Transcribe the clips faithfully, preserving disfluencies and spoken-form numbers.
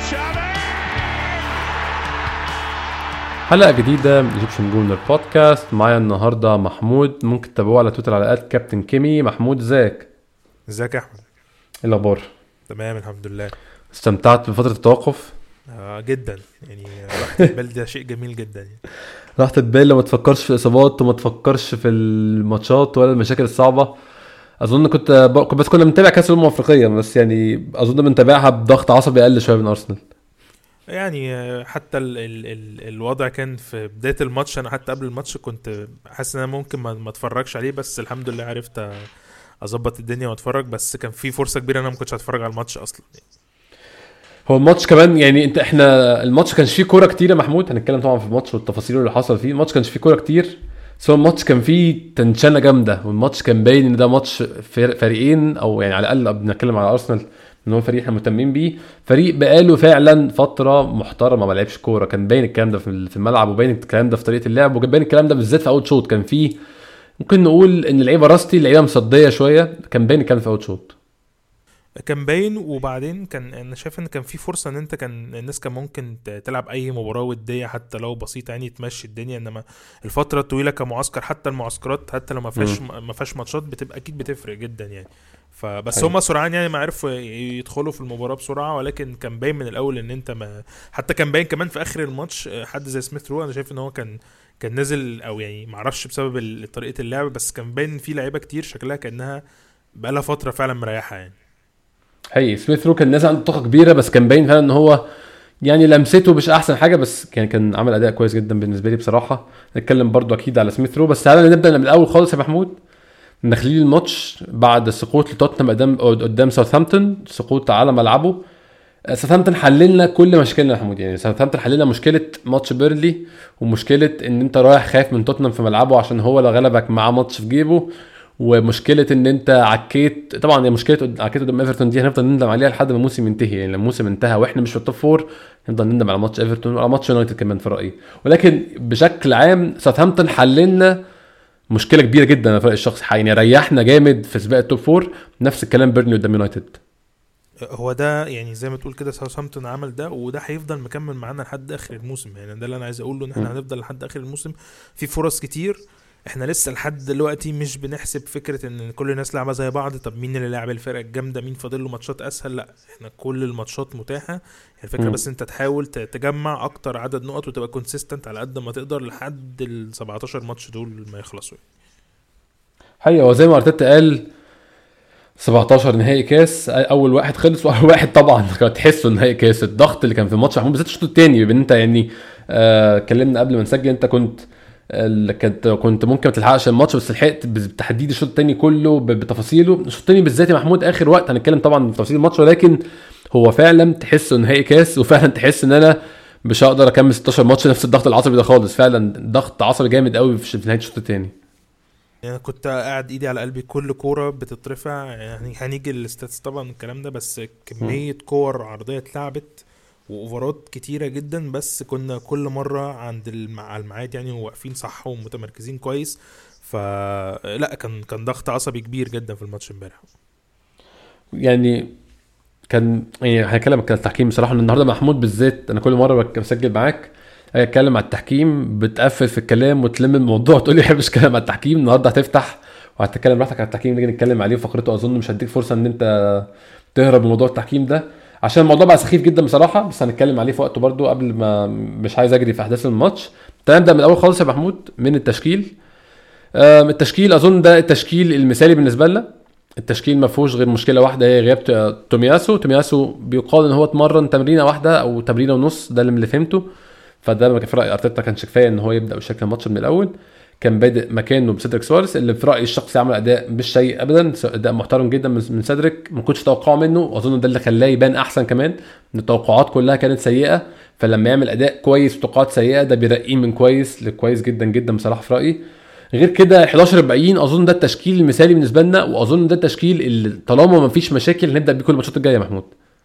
حلقة جديدة ايجيبشن جونر بودكاست. معايا النهاردة محمود، ممكن تتابعوه على تويتر على آت كابتن كيمي. محمود ازيك؟ ازيك يا احمد؟ ايه الاخبار؟ تمام الحمد لله. استمتعت بفترة التوقف؟ آه جدا يعني، راحة البال ده شيء جميل جدا يعني. راحة البال لما تفكرش في الإصابات وما تفكرش في الماتشات ولا المشاكل الصعبة. أظن كنت ب... بس كنا بنتابع كأس الأمم الأفريقية، بس يعني أظن بنتابعها بضغط عصبي أقل شوية من أرسنال. يعني آه، حتى ال ال ال الوضع كان في بداية الماتش، انا حتى قبل الماتش كنت حاسس ان انا ممكن ما ما اتفرجش عليه، بس الحمد لله عرفت اظبط الدنيا واتفرج. بس كان في فرصة كبيرة انا ما كنتش هتفرج على الماتش اصلا. هو الماتش كمان يعني انت احنا الماتش كانش فيه كوره كتير يا محمود. هنتكلم طبعا في الماتش والتفاصيل اللي حصل فيه. الماتش كانش فيه كوره كتير، سواء الماتش كان فيه تنشنه جامده، والماتش كان باين ان ده ماتش فريقين، او يعني على الاقل بنتكلم على ارسنال ان هو فريق احنا مهتمين بيه، فريق بقاله فعلا فتره محترمه ما لعبش كوره. كان باين الكلام ده في الملعب، وباين الكلام ده في طريقه اللعب، وباين الكلام ده بالذات في اوت شوت. كان فيه ممكن نقول ان اللعيبه راستي، اللعيبه مصديه شويه. كان باين الكلام في اوت شوت، كان باين. وبعدين كان انا شايف ان كان في فرصه ان انت كان الناس كان ممكن ت- تلعب اي مباراه وديه حتى لو بسيطه، يعني تمشي الدنيا. انما الفتره الطويله كمعسكر، حتى المعسكرات حتى لو ما فيهاش ما فيهاش ماتشات، بتبقى اكيد بتفرق جدا يعني. فبس حقيقي. هم سرعان يعني، ما عرفوا يدخلوا في المباراه بسرعه، ولكن كان باين من الاول ان انت ما حتى كان باين كمان في اخر الماتش. حد زي سميث رو انا شايف ان هو كان كان نازل، او يعني ما اعرفش بسبب ال- طريقه اللعب، بس كان باين في لعيبه كتير شكلها كانها بقالها فتره فعلا مريحه يعني. حقيقي سميث رو كان نازل عنده طاقه كبيره، بس كان باين فعلا ان هو يعني لمسته مش احسن حاجه، بس كان كان عمل اداء كويس جدا بالنسبه لي بصراحه. نتكلم برضو اكيد على سميث رو، بس تعالى نبدا من الاول خالص يا محمود. داخلين الماتش بعد السقوط لتوتنهام قدام قدام ساوثهامبتون، سقوط على ملعبه. ساوثهامبتون حللنا كل مشاكلنا يا محمود. يعني ساوثهامبتون حللنا مشكله ماتش بيرلي، ومشكله ان انت رايح خايف من توتنهام في ملعبه عشان هو اللي غلبك مع ماتش في جيبه، ومشكله ان انت عكيت. طبعا هي مشكله عكيت قدام ايفرتون، دي هنفضل نندم عليها لحد ما الموسم ينتهي. يعني لما الموسم انتهى واحنا مش في التوب فور، نفضل نندم على ماتش ايفرتون وعلى ماتش يونايتد كمان في رايي. ولكن بشكل عام ساوثهامبتون حللنا مشكله كبيره جدا. انا في رايي الشخصي يعني ريحنا جامد في سباق التوب فور. نفس الكلام بيرني قدام يونايتد. هو ده يعني زي ما تقول كده، ساوثهامبتون عمل ده، وده هيفضل مكمل معانا لحد اخر الموسم. يعني ده اللي انا عايز اقوله، ان احنا هنفضل لحد اخر الموسم في فرص كتير. احنا لسه لحد دلوقتي مش بنحسب فكره ان كل الناس لعبه زي بعض. طب مين اللي لعب الفرق الجامده، مين فاضل له ماتشات اسهل؟ لا، احنا كل الماتشات متاحه. الفكره مم. بس انت تحاول ت- تجمع اكتر عدد نقط وتبقى كونسيستنت على قد ما تقدر لحد ال سبعتاشر ماتش دول ما يخلصوا. حقيقة وزي ما ارتيتا قال، سبعتاشر نهائي كاس، اول واحد خلص واول واحد طبعا كان تحسه نهائي كاس. الضغط اللي كان في الماتش محمود بالذات الشوط الثاني، بان انت يعني آه اتكلمنا قبل ما نسجل، انت كنت ال- كنت كنت ممكن ما تلحقش الماتش، بس لحقت بتحديد الشوط الثاني كله ب- بتفاصيله. الشوط الثاني بالذات يا محمود اخر وقت هنتكلم طبعا في تفاصيل الماتش، ولكن هو فعلا تحسه نهائي كاس، وفعلا تحس ان انا مش هقدر اكمل ستاشر ماتش نفس الضغط العصبي ده خالص. فعلا ضغط عصبي جامد قوي في في نهايه الشوط الثاني. يعني كنت قاعد ايدي على قلبي، كل كورة بتترفع. يعني هنيجي للستاتس طبعا الكلام ده، بس كمية كور عرضية اتلعبت واوفرات كتيرة جدا، بس كنا كل مرة عند المع... على الميعاد يعني، واقفين صح ومتمركزين كويس. فلا كان كان ضغط عصبي كبير جدا في الماتش امبارح. يعني كان يعني هنتكلم عن التحكيم بصراحه. إن النهارده محمود بالذات، انا كل مره بك- بسجل معاك أجي اتكلم على التحكيم بتقفل في الكلام وتلم الموضوع تقول لي بحبش اتكلم على التحكيم. النهارده هتفتح وهتتكلم براحتك على التحكيم، نيجي نتكلم عليه فقرته. اظن مش هديك فرصه ان انت تهرب من موضوع التحكيم ده، عشان الموضوع بقى سخيف جدا بصراحه، بس هنتكلم عليه في وقته برضو. قبل ما مش عايز اجري في احداث الماتش، نبدا من الاول خالص يا محمود من التشكيل. آم، التشكيل اظن ده التشكيل المثالي بالنسبه لنا. التشكيل ما فيهوش غير مشكله واحده، هي غياب ت- تومياسو. تومياسو بيقال ان هو اتمرن تمرينه واحده او تمرينه ونص، ده اللي فهمته. فده ما كان في راي ارتيتا كانش كفايه ان هو يبدا بشكل الماتش من الاول. كان بادئ مكانه بسيدريك سواريز، اللي في رايي الشخصي عمل اداء مش سيء ابدا، اداء محترم جدا من من سيدريك. ما كنتش اتوقعه منه، واظن ده اللي خلاه يبان احسن كمان. ان التوقعات كلها كانت سيئه، فلما يعمل اداء كويس وتوقعات سيئه ده بيرقيه من كويس لكويس جدا جدا بصراحه في رايي. غير كده حداشر الباقيين اظن ده التشكيل المثالي بالنسبه لنا، واظن ده التشكيل اللي طالما ما فيش مشاكل هنبدا بيه كل الماتشات الجايه يا محمود.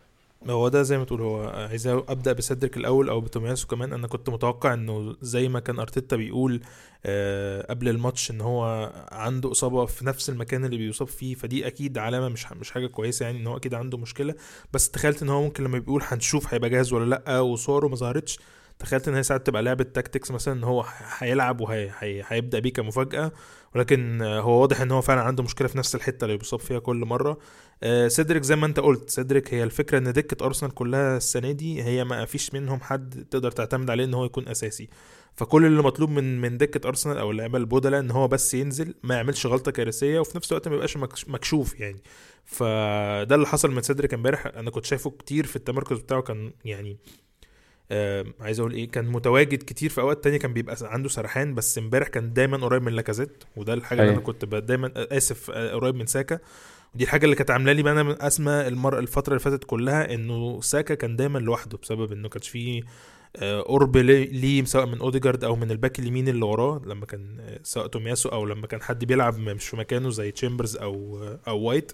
هو ده زي ما تقول، هو عايز ابدا بسيدريك الاول او بتومياسو كمان. انا كنت متوقع انه زي ما كان ارتيتا بيقول آه قبل الماتش ان هو عنده اصابه في نفس المكان اللي بيصاب فيه، فدي اكيد علامه مش مش حاجه كويسه يعني، ان هو اكيد عنده مشكله. بس تخيلت ان هو ممكن لما بيقول هنشوف هيبقى جاهز ولا لا وصوره ما ظهرتش، تخيلت ان هي ساعات تبقى لعبه تاكتكس مثلا، ان هو هيلعب وهيبدا بيه كمفاجاه. ولكن هو واضح ان هو فعلا عنده مشكله في نفس الحته اللي بيصاب فيها كل مره. آه، سيدريك زي ما انت قلت، سيدريك هي الفكره ان دكه ارسنال كلها السنه دي هي ما فيش منهم حد تقدر تعتمد عليه ان هو يكون اساسي. فكل اللي مطلوب من من دكه ارسنال او اللعيبه البودله ان هو بس ينزل ما يعملش غلطه كارثيه، وفي نفس الوقت ما يبقاش مكشوف يعني. فده اللي حصل من سيدريك امبارح. انا كنت شايفه كتير في التمركز بتاعه، كان يعني آه عايز اقول ايه، كان متواجد كتير. في اوقات تانية كان بيبقى عنده سرحان، بس امبارح كان دايما قريب من لاكازيت، وده الحاجه اللي انا كنت دايما اسف قريب من ساكا. ودي الحاجه اللي كانت عامله لي بقى انا من اسمى المره الفتره اللي فاتت كلها، انه ساكا كان دايما لوحده بسبب انه كانش فيه قرب ليه سواء من اوديجارد او من الباك اليمين اللي وراه، لما كان سواء تومياسو او لما كان حد بيلعب مش في مكانه زي تشامبرز او او وايت.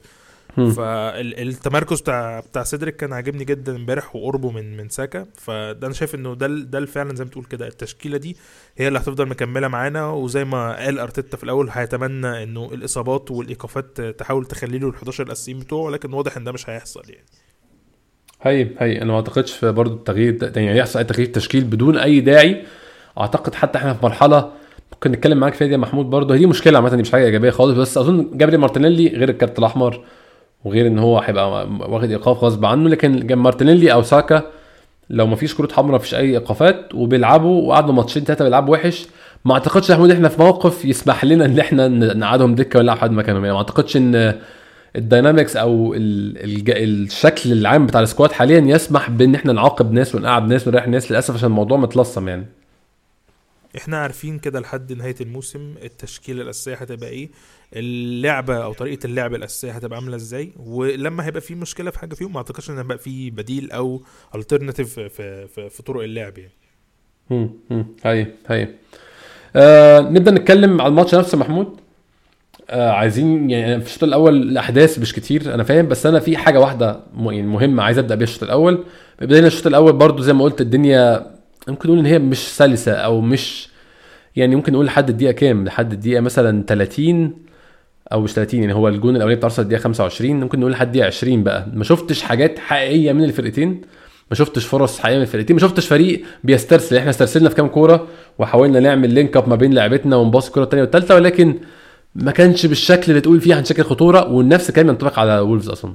فالتمركز بتاع بتاع سيدريك كان عاجبني جدا امبارح، وقربه من من ساكا. فده انا شايف انه ده ده فعلا زي ما تقول كده التشكيله دي هي اللي هتفضل مكمله معانا. وزي ما قال ارتيتا في الاول هيتمنى انه الاصابات والايقافات تحاول تخلي له ال11 الاساسيين بتوعه، لكن واضح ان ده مش هيحصل يعني. هي هي انا ما اعتقدش في برضو التغيير ده يعني يحصل اي تغيير تشكيل بدون اي داعي. اعتقد حتى احنا في مرحله ممكن نتكلم معاك فيها دي يا محمود، برضو هي مشكله عامه مش حاجه ايجابيه خالص، بس اظن جابريل مارتينيلي غير الكارت الاحمر وغير ان هو هيبقى واخد ايقاف غصب عنه، لكن جنب مارتينيلي او ساكا لو ما فيش كروت حمراء مفيش اي ايقافات وبيلعبوا وقعدوا ماتشين ثلاثه بيلعبوا وحش، ما اعتقدش يا محمود احنا في موقف يسمح لنا ان احنا نقعدهم دكه ولا حد مكانهم يعني. ما اعتقدش ان الداينامكس او ال ال الشكل العام بتاع السكواد حاليا يسمح بان احنا نعاقب ناس ونقعد ناس ونريح ناس للاسف، عشان الموضوع متلصم يعني. احنا عارفين كده لحد نهايه الموسم التشكيله الاساسيه هتبقى ايه، اللعبه او طريقه اللعب الاساسيه هتبقى عامله ازاي، ولما هيبقى في مشكله في حاجه فيهم ما اعتقدش ان هيبقى في بديل او الترناتيف في, في, في, في طرق اللعب يعني. امم امم هاي هاي آه نبدا نتكلم على الماتش نفسه محمود. آه عايزين يعني في الشوط الاول الاحداث مش كتير انا فاهم، بس انا في حاجه واحده مهمه عايز ابدا بيها الشوط الاول. بداية الشوط الاول برضو زي ما قلت الدنيا ممكن نقول ان هي مش سلسه او مش يعني ممكن نقول لحد الدقيقه كام، لحد الدقيقه مثلا ثلاثين او مش ثلاثين يعني، هو الجون الاولاني بتاع ارسنال الدقيقه خمسة وعشرين، ممكن نقول لحد الدقيقه عشرين بقى ما شفتش حاجات حقيقيه من الفرقتين، ما شفتش فرص حقيقيه من الفرقتين، ما شفتش فريق بيسترسل. احنا استرسلنا في كام كوره وحاولنا نعمل لينك اب ما بين لعبتنا ونباص الكوره الثانيه والثالثه، ولكن ما كانش بالشكل اللي تقول فيه هنشكل خطوره، والنفس كان ينطبق على وولفز اصلا.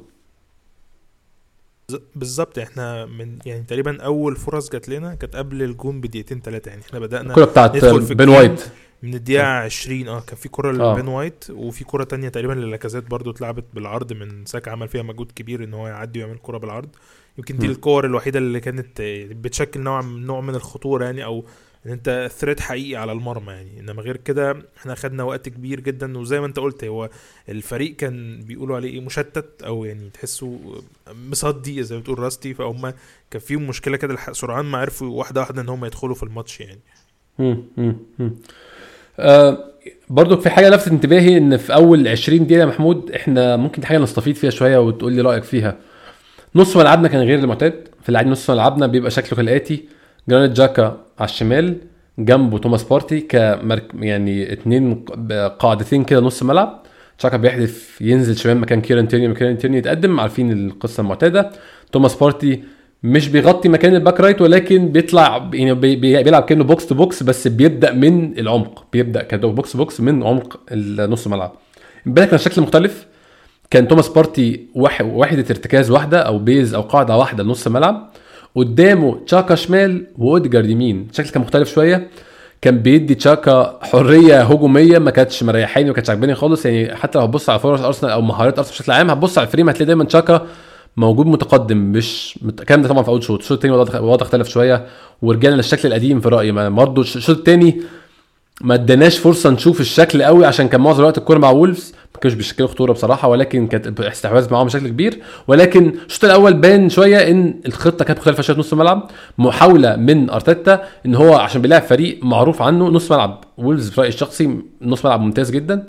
بالظبط، احنا من يعني تقريبا اول فرص جات لنا كانت قبل الجون بدقيقتين ثلاثه يعني. احنا بدانا الكوره بتاعت بين وايت من الدقيقه عشرين اه كان في كوره لبين وايت، وفي كوره تانية تقريبا للاكازيت برضو اتلعبت بالعرض من ساكا، عمل فيها مجهود كبير ان هو يعدي ويعمل كوره بالعرض. يمكن دي الكور الوحيده اللي كانت بتشكل نوع نوع من الخطوره يعني، او ان انت ثريت حقيقي على المرمى يعني. انما غير كده احنا خدنا وقت كبير جدا، وزي ما انت قلت هو الفريق كان بيقولوا عليه ايه مشتت، او يعني تحسه مصدي زي ما بتقول راستي، فهم كان فيهم مشكله كده سرعان ما عرفوا واحده واحده ان هم يدخلوا في الماتش يعني. امم آه برضو في حاجه لفتت انتباهي ان في اول عشرين دقيقه محمود احنا ممكن حاجه نستفيد فيها شويه وتقول لي رايك فيها. نص ملعبنا كان غير المعتاد، في العادي نص ملعبنا بيبقى شكله كالاتي: جرانيت جاكا على الشمال، جنبه توماس بارتي كمرك يعني اتنين قاعدتين كده نص ملعب، جاكا بيحدف ينزل شمال مكان كيران تيرني، مكان تيرني يتقدم، عارفين القصه المعتاده. توماس بارتي مش بيغطي مكان الباك رايت، ولكن بيطلع يعني بي بيلعب كأنه بوكس تو بوكس، بس بيبدا من العمق، بيبدا كده بوكس تو بوكس من عمق النص ملعب. امبارح كان شكل مختلف، كان توماس بارتي واحده ارتكاز واحده او بيز او قاعده واحده نص ملعب، قدامه تشاكا شمال واوديجارد يمين. شكل كان مختلف شويه، كان بيدي تشاكا حريه هجوميه ما كانتش مريحاني وما كانتش عاجباني خالص يعني. حتى لو هتبص على فرص ارسنال او مهارات ارسنال بشكل عام، هتبص على الفريم هتلاقي دايما تشاكا موجود متقدم، مش الكلام ده طبعا في اول شوط. الشوط الثاني الوضع اختلف شويه ورجعنا للشكل القديم في رايي. برضه الشوط الثاني ما اداناش فرصه نشوف الشكل قوي، عشان كان معظم الوقت الكوره مع وولفز ما كانوش بيشكلوا خطوره بصراحه، ولكن كانت استحواذ معاهم بشكل كبير. ولكن الشوط الاول بان شويه ان الخطه كانت مختلفه شويه، نص ملعب محاوله من ارتيتا ان هو عشان بيلعب فريق معروف عنه نص ملعب. وولفز في رايي الشخصي نص ملعب ممتاز جدا،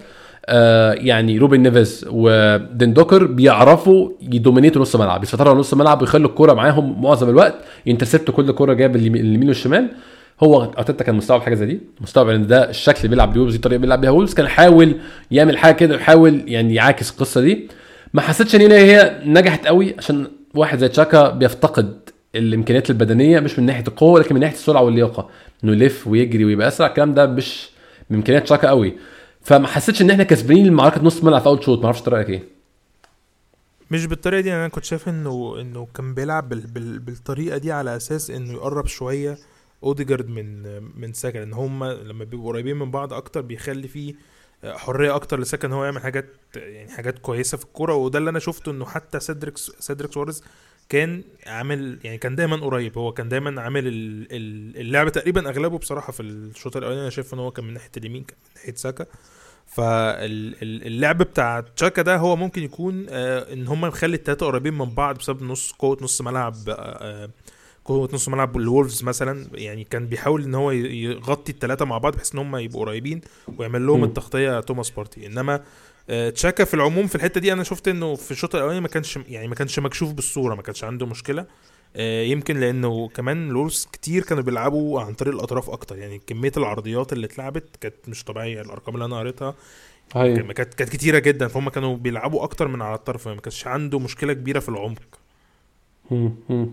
آه يعني روبن نيفيز ودندوكر بيعرفوا يدومينيتوا نص ملعب، بيسيطروا على نص ملعب ويخلوا الكوره معاهم معظم الوقت، ينترسبتوا كل كوره جاب اليمين والشمال. هو ارتيتا كان مستوعب حاجه زي دي، مستوعب ان ده الشكل اللي بيلعب بيه وولفز، دي الطريقه اللي بيلعب بيها وولفز، كان حاول يعمل حاجه كده، يحاول يعني يعاكس القصه دي. ما حسيتش ان هي نجحت قوي، عشان واحد زي تشاكا بيفتقد الامكانيات البدنيه، مش من ناحيه القوه لكن من ناحيه السرعه واللياقه، انه يلف ويجري ويبقى اسرع، الكلام ده مش من امكانيات تشاكا قوي. فما حسيتش ان احنا كسبانين معركه نص ملعب في اول شوط. ما اعرفش رايك ايه. مش بالطريقه دي، انا كنت شايف انه انه كان بيلعب بال... بال... بالطريقه دي على اساس انه يقرب شويه اوديجارد من من ساكا، ان هم لما بيبقوا قريبين من بعض اكتر بيخلي فيه حريه اكتر لساكا ان هو يعمل حاجات يعني حاجات كويسه في الكوره. وده اللي انا شفته، انه حتى سيدريك سيدريك سواريز كان عامل يعني كان دايما قريب، هو كان دايما عامل اللعب تقريبا اغلبه بصراحه في الشوط الاولاني. انا شايف ان هو كان من ناحيه اليمين، كان من ناحيه ساكا. فاللعب بتاع تشاكا ده هو ممكن يكون آه ان هم مخلي الثلاثه قريبين من بعض بسبب نص قوه نص ملعب آه قوه نص ملعب الولفز مثلا. يعني كان بيحاول ان هو يغطي الثلاثه مع بعض بحيث ان هم يبقوا قريبين ويعمل لهم التغطيه توماس بارتي. انما آه تشاكا في العموم في الحته دي انا شفت انه في الشوط الاولاني ما كانش يعني ما كانش مكشوف بالصوره، ما كانش عنده مشكله. يمكن لانه كمان الولفز كتير كانوا بيلعبوا عن طريق الاطراف اكتر، يعني كميه العرضيات اللي اتلعبت كانت مش طبيعيه. الارقام اللي انا قريتها كانت كانت كتيره جدا، فهم كانوا بيلعبوا اكتر من على الطرف، ما كانش عنده مشكله كبيره في العمق. امم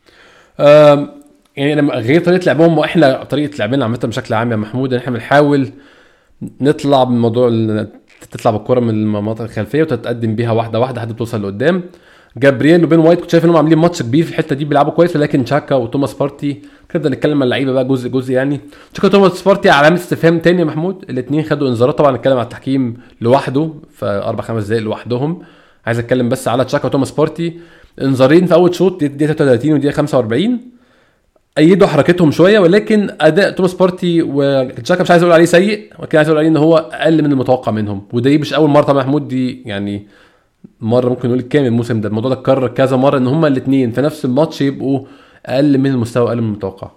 يعني لما غير طريقه لعبهم واحنا طريقه لعبنا عامه بشكل عام يا محمود، ان احنا بنحاول نطلع من موضوع تطلع بالكره من المناطق الخلفيه وتتقدم بيها واحده واحده لحد توصل لقدام. جابرييل وبين وايت كنت شايف انهم عاملين ماتش كبير في الحته دي، بيلعبوا كويس، ولكن تشاكا وتوماس بارتي كده نتكلم عن اللعيبه بقى جزء جزء. يعني تشاكا وتوماس بارتي علامه استفهام تاني يا محمود، الاثنين خدوا انذارات. طبعا نتكلم على التحكيم لوحده في اربع خمس دقائق لوحدهم، عايز اتكلم بس على تشاكا وتوماس بارتي. انذارين في اول شوط دقيقه ثلاثة وثلاثين ودقيقه خمسة وأربعين، ايدوا حركتهم شويه، ولكن اداء توماس بارتي وتشاكا مش عايز اقول عليه سيء، ولكن عايز اقول عليه ان هو اقل من المتوقع منهم. وده مش اول مره محمود، دي يعني مره ممكن نقول كامل الموسم ده الموضوع ده اتكرر كذا مره، ان هما الاثنين في نفس الماتش يبقوا اقل من المستوى، اقل من المتوقع.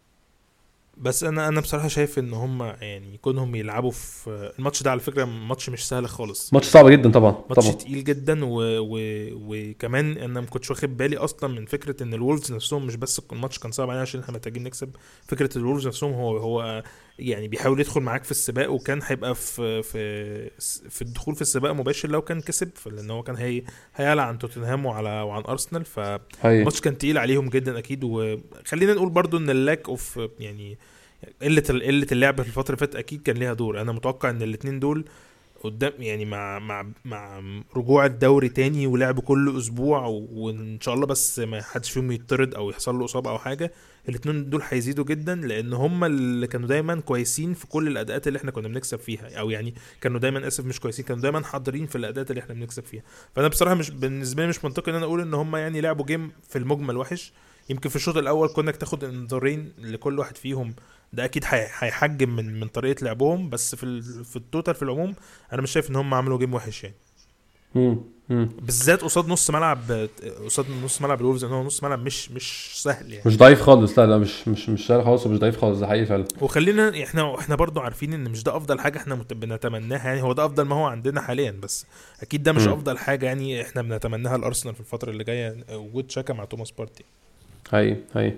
بس انا انا بصراحه شايف ان هم يعني يكونهم يلعبوا في الماتش ده. على فكره ماتش مش سهل خالص، ماتش صعب جدا طبعا، ماتش طبعا تقيل جدا. و... و... وكمان انا ما كنتش واخد بالي اصلا من فكره ان الولفز نفسهم مش بس الماتش كان صعب علينا عشان احنا محتاجين نكسب، فكره الولفز نفسهم هو هو يعني بيحاول يدخل معاك في السباق، وكان هيبقى في في في الدخول في السباق مباشر لو كان كسب، لان هو كان هي هيعلى عن توتنهام وعلى وعن ارسنال. فالماتش كان تقيل عليهم جدا اكيد. وخلينا نقول برضو ان اللاك اوف يعني قله قله اللعب في الفتره اللي فاتت اكيد كان ليها دور. انا متوقع ان الاثنين دول قدام يعني مع مع مع رجوع الدوري تاني ولعب كل اسبوع، وان شاء الله بس ما حدش فيهم يطرد او يحصل له اصابه او حاجه، الاثنين دول هيزيدوا جدا، لان هم اللي كانوا دايما كويسين في كل الاداءات اللي احنا كنا بنكسب فيها، او يعني كانوا دايما اسف مش كويسين، كانوا دايما حاضرين في الاداءات اللي احنا بنكسب فيها. فانا بصراحه مش بالنسبه لي مش منطقي ان انا اقول ان هم يعني لعبوا جيم في المجمل وحش. يمكن في الشوط الاول كنا تاخد انذارين لكل واحد فيهم، ده اكيد هيحجم من من طريقه لعبهم، بس في في التوتال في العموم انا مش شايف ان هم عملوا جيم وحش يعني. امم بالذات قصاد نص ملعب قصاد نص ملعب الولفز، ان هو نص ملعب مش مش سهل يعني، مش ضعيف خالص. لا لا مش مش مش سهل خالص ومش ضعيف خالص، ده حقيقي فعلا. وخلينا احنا احنا برضو عارفين ان مش ده افضل حاجه احنا بنتمناها، يعني هو ده افضل ما هو عندنا حاليا، بس اكيد ده مش م. افضل حاجه يعني احنا بنتمناها الارسنال في الفتره اللي جايه، وجود شاكا مع توماس بارتي. هاي هاي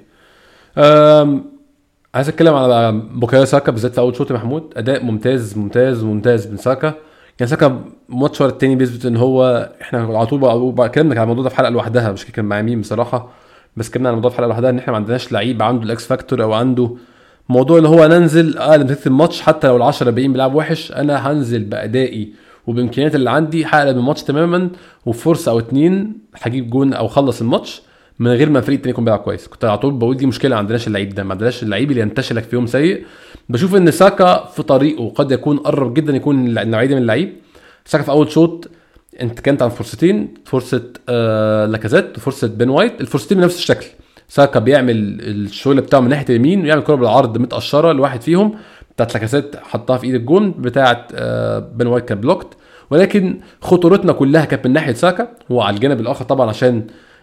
أم... عايز اتكلم على بوكايو ساكا بالذات في اول شوط. محمود اداء ممتاز ممتاز ممتاز من ساكا. يعني ساكا ماتش ورا التاني بيثبت ان هو احنا على طول اتكلمنا على الموضوع ده في حلقه لوحدها، مش كان مع مين بصراحه، بس اتكلمنا على الموضوع في حلقه لوحدها ان احنا ما عندناش لعيب عنده الاكس فاكتور، او عنده موضوع اللي هو ننزل اقل من الماتش حتى لو العشرة باقيين بيلعب وحش، انا هنزل بادائي وبامكانيات اللي عندي هقلب الماتش تماما، وفرصه او اتنين هجيب جون او خلص الماتش من غير ما الفريق التاني يكون بيلعب كويس. كنت على طول بقول دي مشكله، ما عندناش اللعيب ده، ما عندناش اللعيب اللي ينتشل لك في يوم سيء. بشوف ان ساكا في طريقه قد يكون قرب جدا يكون النوعيه دي من اللعيب. ساكا في اول شوط انت كانت عن فرصتين، فرصه آه لاكازيت وفرصه بين وايت، الفرصتين بنفس الشكل. ساكا بيعمل الشغل بتاعه من ناحيه اليمين ويعمل كره بالعرض متقشره لواحد فيهم، بتاعت لاكازيت حطها في ايد الجون، بتاعت آه بين وايت كانت بلوكت. ولكن خطورتنا كلها كانت من ناحيه ساكا، هو على الجانب الاخر طبعا عشان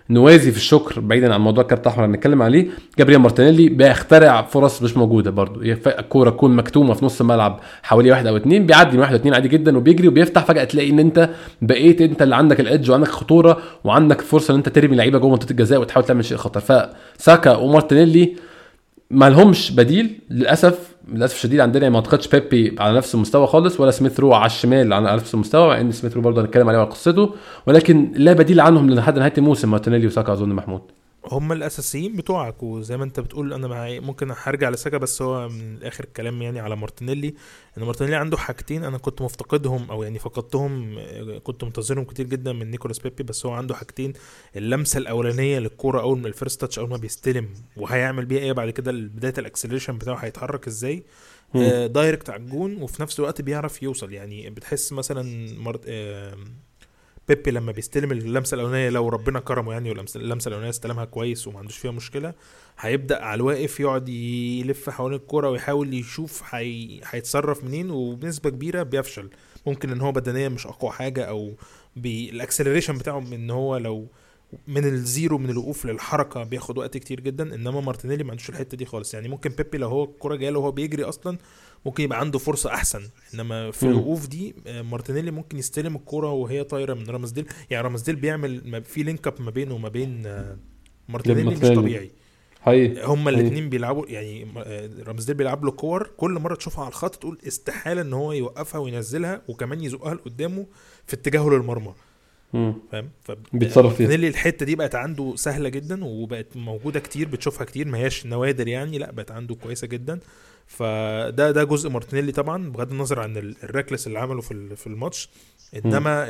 نوازي في الشكر بعيدا عن موضوع الكارت الاحمر اللي بنتكلم عليه. جابرييل مارتينيلي بيخترع فرص مش موجوده برضو، الكوره تكون مكتومه في نص الملعب حوالي واحد او اتنين، بيعدي من واحد او اتنين عادي جدا وبيجري وبيفتح، فجاه تلاقي ان انت بقيت انت اللي عندك الادج وعندك خطوره وعندك فرصه ان انت ترمي لعيبه جوه منطقه الجزاء وتحاول تعمل شيء خطر. فساكا ومارتينيلي ما لهمش بديل للاسف، للاسف الشديد عندنا. ما اعتقدش بيبي على نفس المستوى خالص، ولا سميث رو على الشمال على نفس المستوى، مع ان سميث رو برضه هنتكلم عليه وعلى قصته، ولكن لا بديل عنهم لحد نهايه الموسم مارتينيلي وساكا اظن. محمود هم الاساسيين بتوعك، وزي ما انت بتقول انا معي ممكن هرجع لساكا، بس هو من الاخر الكلام يعني على مارتينيلي، ان مارتينيلي عنده حاجتين انا كنت مفتقدهم او يعني فقدتهم، كنت منتظرهم كتير جدا من نيكولاس بيبي، بس هو عنده حاجتين: اللمسه الاولانيه للكوره اول من الفيرست تاتش اول ما بيستلم، وهيعمل بيها ايه بعد كده، بدايه الاكسلريشن بتاعه هيتحرك ازاي آه دايركت على الجون، وفي نفس الوقت بيعرف يوصل. يعني بتحس مثلا مرت... آه بيبي لما بيستلم اللمسه الاولانيه لو ربنا كرمه يعني، واللمسه الاولانيه استلمها كويس وما عندوش فيها مشكله، هيبدا على الواقف يقعد يلف حوالين الكوره ويحاول يشوف هي... هيتصرف منين، وبنسبه كبيره بيفشل. ممكن ان هو بدنيا مش اقوى حاجه، او بالاكسلريشن بتاعه ان هو لو من الزيرو من الوقوف للحركه بياخد وقت كتير جدا، انما مارتينيلي ما عندوش الحته دي خالص. يعني ممكن بيبي لو هو الكوره جايه له وهو بيجري اصلا ممكن يبقى عنده فرصه احسن، انما في الوقوف دي مارتينيلي ممكن يستلم الكوره وهي طايره من رامزديل. يعني رامزديل بيعمل في لينك اب ما بينه وما بين مارتينيلي مش طبيعي. هما الاثنين بيلعبوا يعني، رامزديل بيلعب له كور كل مره تشوفها على الخط تقول استحاله ان هو يوقفها وينزلها وكمان يزقها لقدامه في اتجاهه للمرمى، فاهم؟ فبيتصرف فيها. اللي الحته دي بقت عنده سهله جدا وبقت موجوده كتير، بتشوفها كتير، ما هياش نوادر يعني، لا بقت عنده كويسه جدا. فده ده جزء مارتينيلي طبعا بغض النظر عن الركلس اللي عمله في في الماتش، انما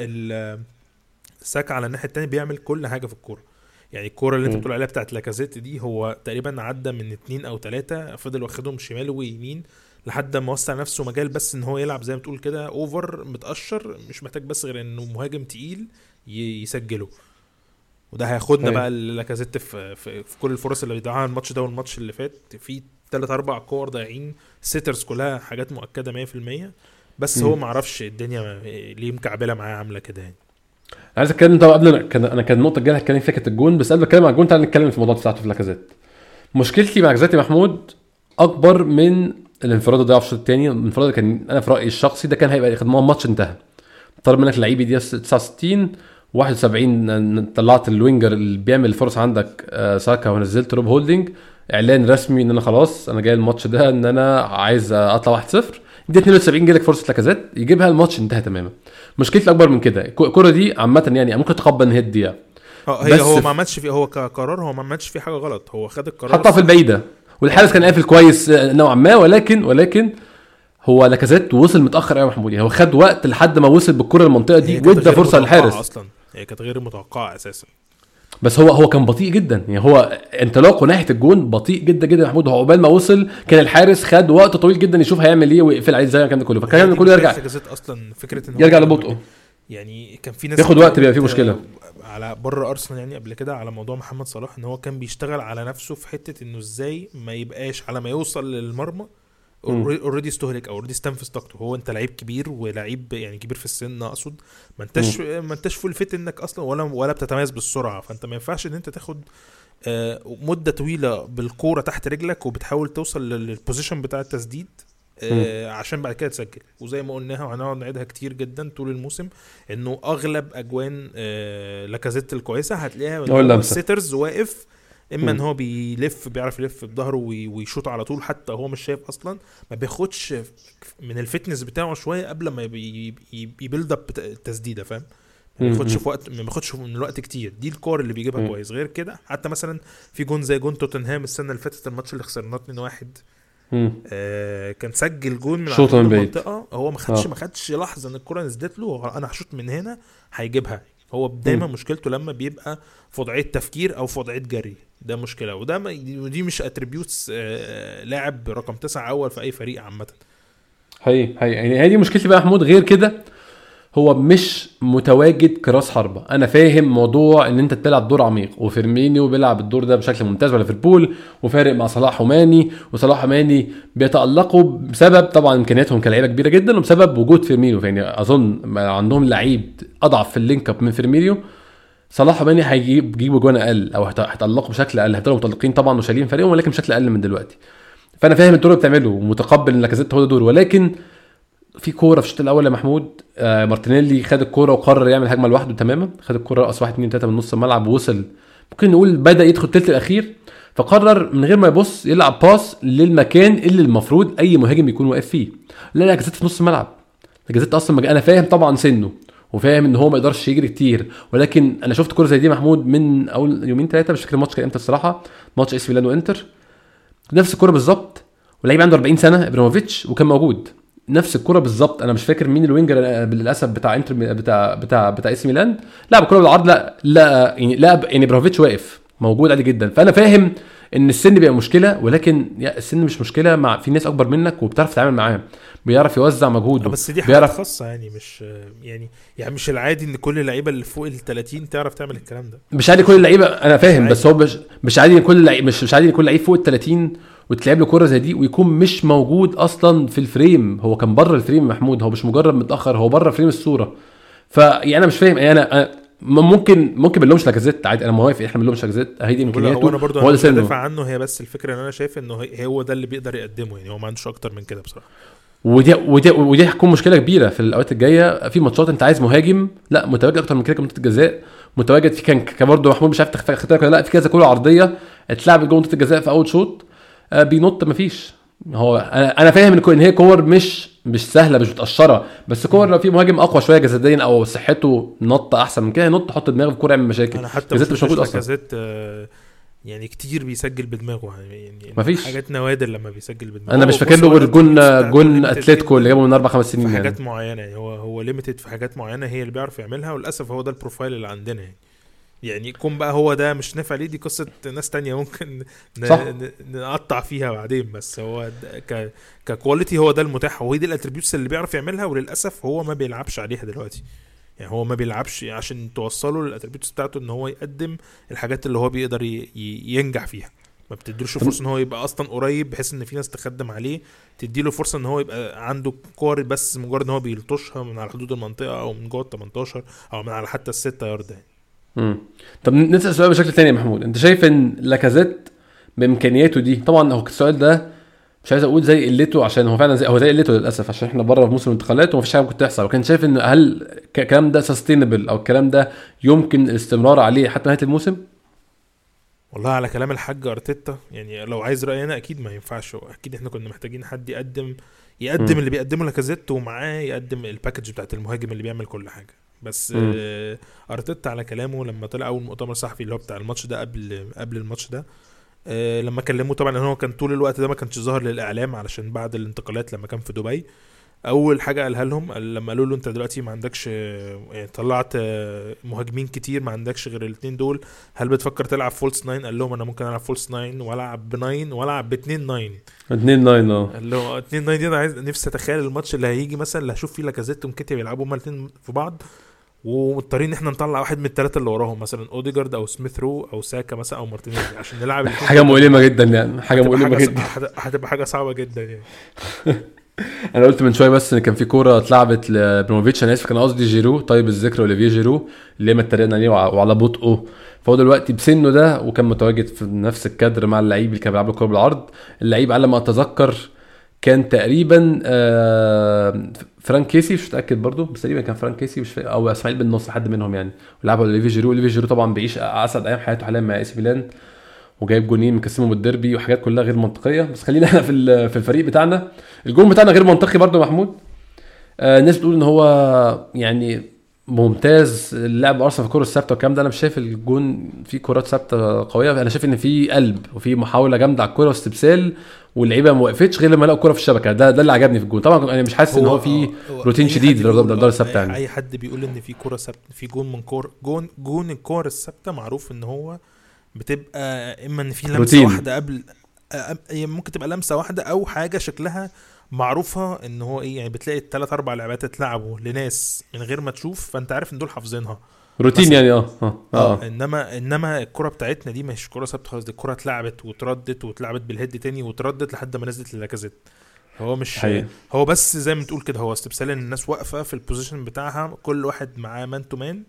الساكا على الناحيه الثانيه بيعمل كل حاجه في الكوره. يعني الكوره اللي انت بتقول عليها بتاعت لاكازيت دي، هو تقريبا عدى من اتنين او ثلاثه، فضل واخدهم شمال ويمين لحد ما وسع نفسه مجال بس ان هو يلعب زي ما تقول كده اوفر متقشر، مش محتاج بس غير انه مهاجم تقيل يسجله. وده هياخدنا بقى لاكازيت في, في في كل الفرص اللي بيضيعها الماتش ده والماتش اللي فات، في ثلاث اربع كور ضايعين سيترز كلها حاجات مؤكده مية في المية، بس م. هو ما عرفش الدنيا ليه مكعبله معاه عامله كده يعني. عايز اتكلم طبعا قبل كان انا كان النقطه الجايه هتكلم فيها كانت الجون، بس قبل ما اتكلم على الجون تعال نتكلم في الموضوع بتاعته في لاكازيت. مشكلتي مع لاكازيت محمود اكبر من الانفراد ده في الشوط الثاني. الانفراد كان انا في رايي الشخصي ده كان هيبقى خدمه الماتش انتهى، طلب منك لعيبه دي تسعة وستين واحد وسبعين طلعت الوينجر اللي بيعمل الفرص عندك ساكا ونزلت روب هولدنج، اعلان رسمي ان انا خلاص انا جاي الماتش ده ان انا عايز اطلع واحد صفر، دي اتنين وسبعين جالك فرصه لاكازيت يجيبها، الماتش انتهى تماما. مشكلتي اكبر من كده الكره دي عامه يعني ممكن تقبل ان هي الدقيقه، هي هو ما عملش فيه، هو كقرار هو ما عملش فيه حاجه غلط، هو خد القرار حطها في البعيده والحارس كان قافل كويس نوعا ما، ولكن ولكن هو لاكازيت وصل متاخر قوي يا محمود. يعني هو خد وقت لحد ما وصل بالكره المنطقه دي وادى فرصه للحارس اصلا، هي كانت غير متوقعه اساسا، بس هو هو كان بطيء جدا. يعني هو انطلاقه ناحيه الجون بطيء جدا جدا يا محمود. هو عقبال ما وصل كان الحارس خد وقت طويل جدا يشوف هيعمل ايه ويقفل عليه زي ما كان كله، فكان كله يرجع اصلا فكره ان يرجع لبطئه، يعني كان في ناس ياخد وقت بيبقى فيه مشكله على بره ارسنال يعني قبل كده على موضوع محمد صلاح، ان هو كان بيشتغل على نفسه في حته انه ازاي ما يبقاش على ما يوصل للمرمى اوريدي استهلك او اوريدي استنفذ طاقته. هو انت لعيب كبير ولعيب يعني كبير في السن اقصد، ما انتش ما انتش فول فيت انك اصلا ولا ولا بتتميز بالسرعه، فانت ما ينفعش ان انت تاخد مده طويله بالكوره تحت رجلك وبتحاول توصل للبوزيشن بتاع التسديد عشان بعد كده تسجل. وزي ما قلناها وهنقعد نعيدها كتير جدا طول الموسم، انه اغلب اجوان لاكازيت الكويسه هتلاقيها السيترز واقف، اما ان هو بيلف بيعرف يلف بظهره ويشوط على طول حتى هو مش شايف اصلا، ما بياخدش من الفتنس بتاعه شويه قبل ما يبيلد اب التسديده، فاهم؟ ما بياخدش في وقت، ما بياخدش من الوقت كتير. دي الكور اللي بيجيبها كويس. غير كده حتى مثلا في جون زي جون توتنهام السنه اللي فاتت، الماتش اللي خسرناه اتنين واحد آه كان سجل جون من على المنطقه، هو ما خدش ما خدش لحظه ان الكره نزلت له انا هشوط من هنا هيجيبها. هو دايما مشكلته لما بيبقى في وضعيه تفكير او في وضعيه جري، ده مشكله. وده دي مش اتريبيوتس آه لاعب رقم تسعة اول في اي فريق عامه. هي هي يعني هذه مشكلتي بقى محمود. غير كده هو مش متواجد كراس حربة. انا فاهم موضوع ان انت تلعب دور عميق، وفيرمينيو بيلعب الدور ده بشكل ممتاز ولا ليفربول، وفارق مع صلاح وماني، وصلاح وماني بيتألقوا بسبب طبعا امكانياتهم كلاعيبه كبيره جدا وبسبب وجود فيرمينيو. يعني اظن عندهم لعيب اضعف في اللينك اب من فيرمينيو صلاح وماني هيجيب يجيبوا جوان اقل او هت- هيتالقوا بشكل اقل، هيفضلوا متالقين طبعا وشايلين فريقهم ولكن بشكل اقل من دلوقتي. فانا فاهم الدور اللي بتعمله ومتقبل ان لاكازيت هو ده دور، ولكن في كوره في الشوط الاول يا محمود، آه مارتينيلي خد الكوره وقرر يعمل هجمه لوحده تماما، خد الكوره رقص واحد اتنين تلاته من نص الملعب ووصل ممكن نقول بدا يدخل الثلث الاخير، فقرر من غير ما يبص يلعب باس للمكان اللي المفروض اي مهاجم يكون واقف فيه. لا لاكازيت في نص الملعب، لاكازيت اصلا مج... انا فاهم طبعا سنه وفاهم ان هو ما يقدرش يجري كتير، ولكن انا شفت كوره زي دي محمود من اول يومين ثلاثه، مش فاكر الماتش كان امتى الصراحه، ماتش اس ميلان وانتر، نفس الكوره بالظبط، ولعيب عنده أربعين سنه ابراهيموفيتش وكان موجود، نفس الكوره بالظبط. انا مش فاكر مين الوينجر للاسف بتاع انتر بتاع بتاع بتاع اس ميلان، لعب الكوره بالعرض، لا لا يعني لا يعني ابراهيموفيتش واقف موجود عادي جدا. فانا فاهم ان السن بيبقى مشكله، ولكن السن مش مشكله مع في ناس اكبر منك وبتعرف تتعامل معاه، بيعرف يوزع مجهوده، بس دي حاجه بيعرف خاصه يعني، مش يعني يعني مش العادي ان كل اللعيبه اللي فوق ال ثلاثين تعرف تعمل الكلام ده. مش عادي كل اللعيبه، انا فاهم عادي. بس هو مش مش عادي كل لعيب، مش مش عادي كل لعيب فوق ال ثلاثين وتلعب له كوره زي دي ويكون مش موجود اصلا في الفريم، هو كان بره الفريم محمود، هو مش مجرد متاخر، هو بره فريم الصوره. فيعني انا مش فاهم يعني انا, أنا ممكن ممكن بنلومش لاكازيت عادي، انا موافق احنا بنلومش لاكازيت، هي دي امكانياته هو انا برضه هو اللي بدافع عنه، هي بس الفكره ان انا شايف انه هي- هو ده اللي بيقدر يقدمه، يعني هو ما عندوش اكتر من كده بصراحه. ودي ودي ودي هتكون مشكله كبيره في الاوقات الجايه، في ماتشات انت عايز مهاجم لا متواجد اكتر من كده كمنطقه الجزاء، متواجد في كان كان برضه محمود مش عارف تختار ولا لا، في كذا كوره عرضيه اتلعب جوه منطقه الجزاء في اول شوط، آه بينط مفيش. هو انا انا فاهم ان كو- ان هي كور مش مش سهله مش متقشره، بس كور لو في مهاجم اقوى شويه جسديا او صحته نط احسن من كده ينط حط دماغه في كوره يعمل مشاكل. انا حتى جازيت مش موجود اصلا، لاكازيت آه، يعني كتير بيسجل بدماغه يعني، مفيش. حاجات نوادر لما بيسجل بدماغه. انا مش هو فاكر بص، له هو غير جون الاتريبيوتس بتاعته جون limited اتلتيكو اللي جداً جابه من اربع خمس في سنين يعني. حاجات معينه، يعني هو هو ليميتد في حاجات معينه هي اللي بيعرف يعملها، وللاسف هو ده البروفايل اللي عندنا يعني. يعني يكون بقى هو ده مش نافع ليه، دي قصه ناس تانية ممكن ن... صح. ن... نقطع فيها بعدين، بس هو ده ك ككواليتي هو ده المتاح، وهي دي الاتريبيوتس اللي بيعرف يعملها، وللاسف هو ما بيلعبش عليها دلوقتي. يعني هو ما بيلعبش عشان توصله للاتريبيوتس بتاعته ان هو يقدم الحاجات اللي هو بيقدر ي... ي... ينجح فيها. ما بتديلوش فرصه ان هو يبقى اصلا قريب بحيث ان في ناس تخدم عليه، تديله فرصه ان هو يبقى عنده كور بس مجرد ان هو بيلطشها من على حدود المنطقه او من جوه ال تمنتاشر او من على حتى الستة يارد يعني. امم طب نسال سؤال بشكل تاني يا محمود، انت شايف ان لاكازيت بامكانياته دي، طبعا هو السؤال ده مش عايز اقول زي قلته عشان هو فعلا زي هو زي قلته للاسف عشان احنا بره في موسم الانتقالات ومفيش حاجه ممكن تحصل، وكان شايف ان هل الكلام ده سستينبل او الكلام ده يمكن الاستمرار عليه حتى نهايه الموسم؟ والله على كلام الحاج ارتيتا يعني لو عايز راينا اكيد ما ينفعش، اكيد احنا كنا محتاجين حد يقدم يقدم م. اللي بيقدمه لاكازيت، ومعاه يقدم الباكج بتاعت المهاجم اللي بيعمل كل حاجه. بس م. آه، ارتيتا على كلامه لما طلع اول مؤتمر صحفي اللي هو بتاع الماتش ده قبل قبل الماتش ده، آه، لما كلموه طبعا ان هو كان طول الوقت ده ما كانش ظاهر للاعلام علشان بعد الانتقالات لما كان في دبي، اول حاجه قالها لهم قال لما قالوا له انت دلوقتي ما عندكش يعني طلعت مهاجمين كتير ما عندكش غير الاثنين دول، هل بتفكر تلعب فولس ناين؟ قال لهم انا ممكن العب فولس ناين والعب بناين والعب باتنين ناين. اتنين ناين اه قال له اتنين ناين دي انا عايز نفسي اتخيل الماتش اللي هيجي مثلا اللي هشوف فيه لاكازيت ومكيتيا بيلعبوا هما الاثنين في بعض، ومضطرين ان احنا نطلع واحد من الثلاثه اللي وراهم مثلا اوديجارد او سميث رو او ساكا مثلا او مارتينيز عشان نلعب حاجه مؤلمه جدا يعني، حاجه مؤلمه جدا، هتبقى حاجه صعبه جدا يعني. انا قلت من شويه بس ان كان في كوره اتلعبت لبروموفيتش، انا اسف كان قصدي جيرو، طيب الذكر اوليفيه جيرو اللي ما اتريقنا عليه وعلى بطئه، فهو دلوقتي بسنه ده وكان متواجد في نفس الكادر مع اللعيب اللي كان بيلعب الكوره بالعرض. اللعيب على ما اتذكر كان تقريبا فرانك كيسي، مش متاكد برضو بس تقريبا كان فرانك كيسي مش او اسماعيل بن نصر حد منهم يعني، ولعبوا اوليفيه جيرو. اوليفيه جيرو طبعا بيعيش اسعد ايام حياته حاليا مع اس ميلان وجايب جونين مكسمهم بالديربي وحاجات كلها غير منطقيه، بس خلينا احنا في في الفريق بتاعنا. الجون بتاعنا غير منطقي برضو محمود، آه الناس بتقول ان هو يعني ممتاز اللاعب ارسنال في الكره الثابته والكلام ده، انا مش شايف الجون فيه كرات ثابته قويه، انا شايف ان في قلب وفي محاوله جامده على الكره واستبسال واللعيبه ما وقفتش غير لما لقوا الكره في الشبكه، ده ده اللي عجبني في الجون. طبعا انا مش حاسس ان هو في روتين شديد في الضربه الثابته يعني. اي حد بيقول ان في كره ثابته في جون من كور جون جون الكور الثابته معروف ان هو بتبقى اما ان في لمسه روتين. واحده قبل ممكن تبقى لمسه واحده او حاجه شكلها معروفه ان هو ايه يعني، بتلاقي الثلاث اربع لعبات اتلعبوا لناس من غير ما تشوف فانت عارف ان دول حافظينها روتين يعني اه اه, آه. انما انما الكره بتاعتنا دي مش كره ثابته خالص، دي الكره اتلعبت وتردت واتلعبت بالهيد تاني وتردت لحد ما نزلت للاكازيت. هو مش حقيقي. هو بس زي ما تقول كده هو استبسال ان الناس واقفه في البوزيشن بتاعها كل واحد معاه مان تو مان،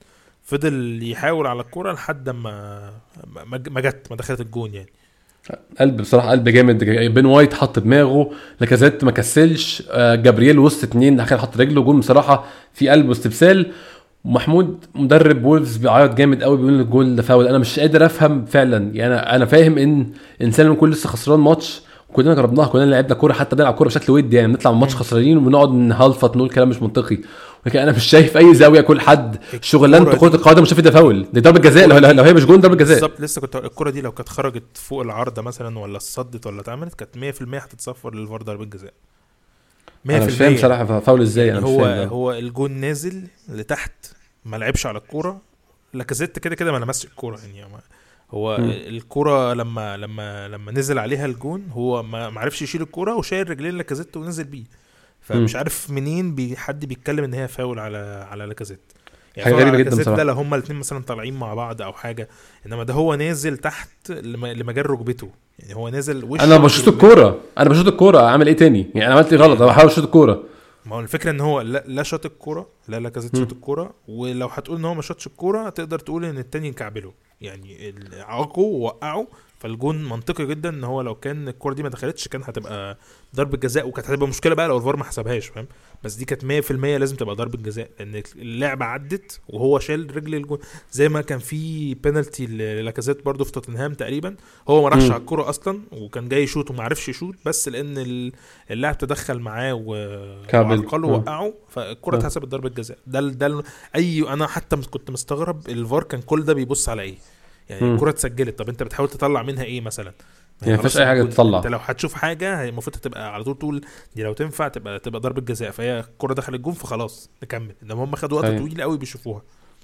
فضل يحاول على الكوره لحد ما ما ما جت ما دخلت الجون يعني. قلب بصراحه، قلب جامد. بين وايت حط دماغه، لاكازيت ما كسلش، آه، جابرييل وسط اتنين دخل حط رجله جون بصراحه في قلب واستبسال. محمود مدرب وولفز بيعيط جامد قوي، بيقول الجول ده فاول. انا مش قادر افهم فعلا يعني. انا انا فاهم ان انسان من كل لسه خسران ماتش، كلنا جربناها، كلنا لعبنا كوره، حتى بنلعب كوره بشكل ودي يعني، بنطلع من الماتش خسرانين وبنقعد نهلفط نقول كلام مش منطقي. لكن انا مش شايف اي زاويه، كل حد شغلانته كره القدم مش شايف ده فاول، دي ضربه جزاء. لو, لو هي مش جون ضربه جزاء بالظبط. لسه كنت الكره دي لو كانت خرجت فوق العارضه مثلا ولا اتصدت ولا اتعملت كانت مية في المية هتتصفر للفار ضربه جزاء مية في المية. انا مش فاهم بصراحه فاول ازاي يعني انا مش هو فاهم ده. هو الجون نازل لتحت ما لعبش على الكوره، لاكازيت كده كده ما لمسش الكوره يعني. هو م. الكوره لما لما لما نزل عليها الجون هو ما عرفش يشيل الكوره وشايل رجلين لاكازيت ونزل بيه. فمش عارف منين بي حد بيتكلم ان هي فاول على على لاكازيت يعني. حاجه غريبه جدا بصراحه. ده لا هما الاثنين مثلا طالعين مع بعض او حاجه، انما ده هو نازل تحت لمجال ركبته يعني. هو نازل وشه. انا بشوط الكوره، انا بشوط الكوره، اعمل ايه تاني يعني؟ انا عملت ايه غلط؟ انا بحاول اشوط الكوره. ما هو الفكره ان هو لا, لا شاط الكوره، لا لاكازيت شاط الكوره. ولو هتقول ان هو ما شاطش الكوره تقدر تقول ان التاني كعبله يعني، عاقه ووقعه. فالجون منطقي جدا ان هو لو كان الكوره دي ما دخلتش كان هتبقى ضربه جزاء، وكانت هتبقى مشكله بقى لو الفار ما حسبهاش فاهم. بس دي كانت مية في المية لازم تبقى ضربه جزاء، لان اللعبه عدت وهو شال رجل الجون. زي ما كان في بينالتي لاكازيت برضو في توتنهام تقريبا، هو ما راحش على الكوره اصلا وكان جاي يشوط وما عرفش يشوط، بس لان اللاعب تدخل معاه وعرقله وقعه فالكوره اتحسبت ضربه جزاء. ده ده اي انا حتى كنت مستغرب الفار كان كل ده بيبص على ايه يعني. الكرة اتسجلت، طب انت بتحاول تطلع منها ايه مثلا يعني؟ مفيش اي حاجه تطلع. انت لو هتشوف حاجه المفروض تبقى على طول تقول دي لو تنفع تبقى تبقى ضربه جزاء. فهي الكرة دخلت الجون فخلاص نكمل، انما هم خدوا وقت طويل قوي بيشوفوها.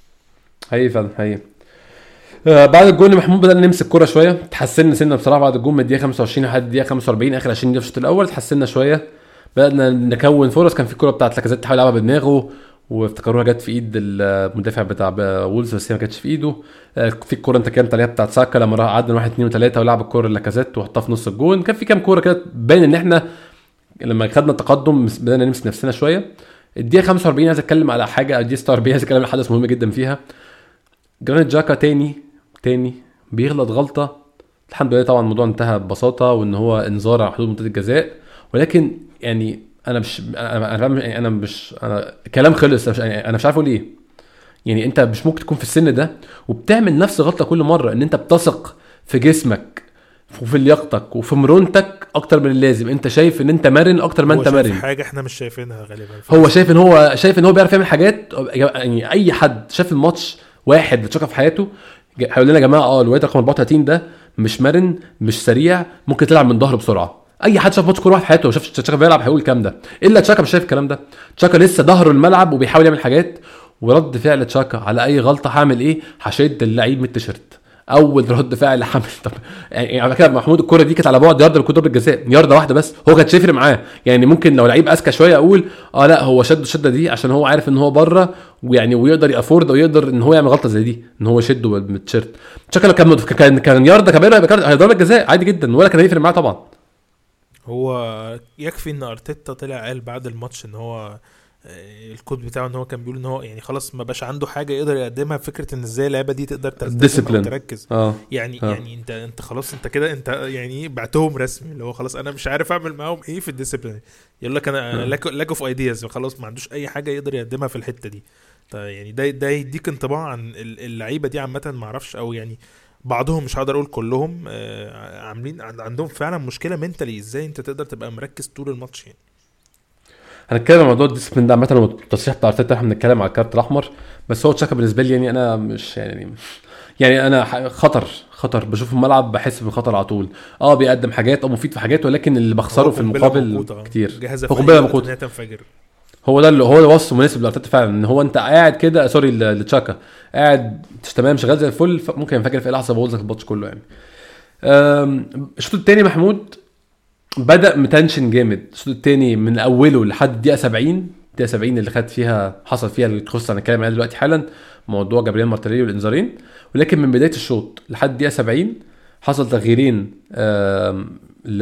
هي فعلا هي. آه بعد الجون محمود بدأنا نمسك كرة شويه، تحسننا سنه بصراحه بعد الجون من الدقيقه خمسة وعشرين لحد الدقيقه خمسة وأربعين، اخر عشرين دقيقه في الشوط الاول تحسننا شويه، بدأنا نكون فرص. كان في كرة بتاعت لاكازيت تحاول يلعبها بدماغه وافتكروها جت في ايد المدافع بتاع وولز بس هي ما كانتش في ايده. في الكوره انت كانت عليها بتاعت ساكا لما راح عدى واحد اتنين وتلاته ولعب الكوره لاكازيت وحطها في نص الجون. كان في كام كوره كده باين ان احنا لما خدنا التقدم بدأنا نمسك نفسنا شويه. الدقيقه خمسة وأربعين عايز اتكلم على حاجه، الدقيقه ستة وأربعين عايز اتكلم على حدث مهم جدا فيها. جرانيت جاكا تاني تاني بيغلط غلطه، الحمد لله طبعا الموضوع انتهى ببساطه وان هو انذار على حدود منطقه الجزاء، ولكن يعني انا مش انا انا انا مش انا كلام خلص. مش انا مش عارف اقول ايه يعني. انت مش ممكن تكون في السن ده وبتعمل نفس غلطه كل مره، ان انت بتثق في جسمك وفي لياقتك وفي مرونتك اكتر من اللازم. انت شايف ان انت مرن اكتر ما انت مرن، حاجه احنا مش شايفينها غالبا. هو شايف ان هو شايف ان هو بيعرف يعمل حاجات يعني. اي حد شاف الماتش واحد بتشوفه في حياته هيقول لنا يا جماعه اه الواد رقم أربعة وتلاتين ده مش مرن مش سريع ممكن تلعب من ظهره بسرعه. اي حد شاف ماتش كوره واحد في حياته وشاف تشاكا بيلعب هيقول الكلام ده، الا تشاكا مش شايف الكلام ده. تشاكا لسه ظهره الملعب وبيحاول يعمل حاجات. ورد فعل تشاكا على اي غلطه هعمل ايه؟ هشد اللعيب من التيشيرت. اول رد فعل حمل. طب يعني على كده محمود الكره دي كانت على بعد يارده بكره ضربه جزاء، يارده واحده بس، هو كانت تفرق معاه يعني. ممكن لو لعيب اذكى شويه اقول اه لا هو شد الشده دي عشان هو عارف ان هو بره ويعني ويقدر يافورد ويقدر ان هو يعمل غلطه زي دي ان هو يشده من التيشيرت. شكله كان كان كان يارده كبيره يبقى ضربه جزاء عادي جدا ولا كان هيفرق معاه طبعا. هو يكفي ان ارتيتا طلع قال بعد الماتش ان هو الكود بتاعه ان هو كان بيقول ان هو يعني خلاص ما باش عنده حاجه يقدر يقدمها، فكره ان ازاي اللعبه دي تقدر تلتزم وتركز. آه. يعني آه. يعني انت انت خلاص انت كده انت يعني بعتهم رسمي اللي هو خلاص انا مش عارف اعمل معاهم ايه في الديسيبلين. يقول لك انا لاك اوف ايدياز، خلاص ما عندوش اي حاجه يقدر يقدمها في الحته دي. يعني ده ده يديك انطباع عن اللعيبه دي عامه. ما اعرفش او يعني بعضهم مش هقدر اقول كلهم آه عاملين عندهم فعلا مشكله منتالي ازاي انت تقدر تبقى مركز طول الماتش يعني. هنتكلم عن موضوع الديسبلين ده عامه والتصريح بتاع ارتيتا. احنا بنتكلم على الكارت الاحمر بس هو تشاكا بالنسبه لي يعني انا مش يعني يعني انا خطر خطر بشوف الملعب بحس بالخطر على طول. اه بيقدم حاجات او مفيد في حاجات ولكن اللي بخسره في المقابل كتير. هو قنبله موقوته هو ده اللي هو الوصف مناسب لارتيتا فعلا ان هو انت قاعد كده سوري لتشاكا قاعد تمام شغال زي الفل ممكن ينفجر في اي لحظه بوظك الماتش كله يعني. الشوط الثاني محمود بدأ متنشن جامد. الشوط الثاني من اوله لحد الدقيقه سبعين الدقيقه سبعين اللي خد فيها حصل فيها القصه انا هنتكلم عليها دلوقتي حالا موضوع جابرييل مارتينيلي والانذارين. ولكن من بدايه الشوط لحد الدقيقه سبعين حصل تغييرين ل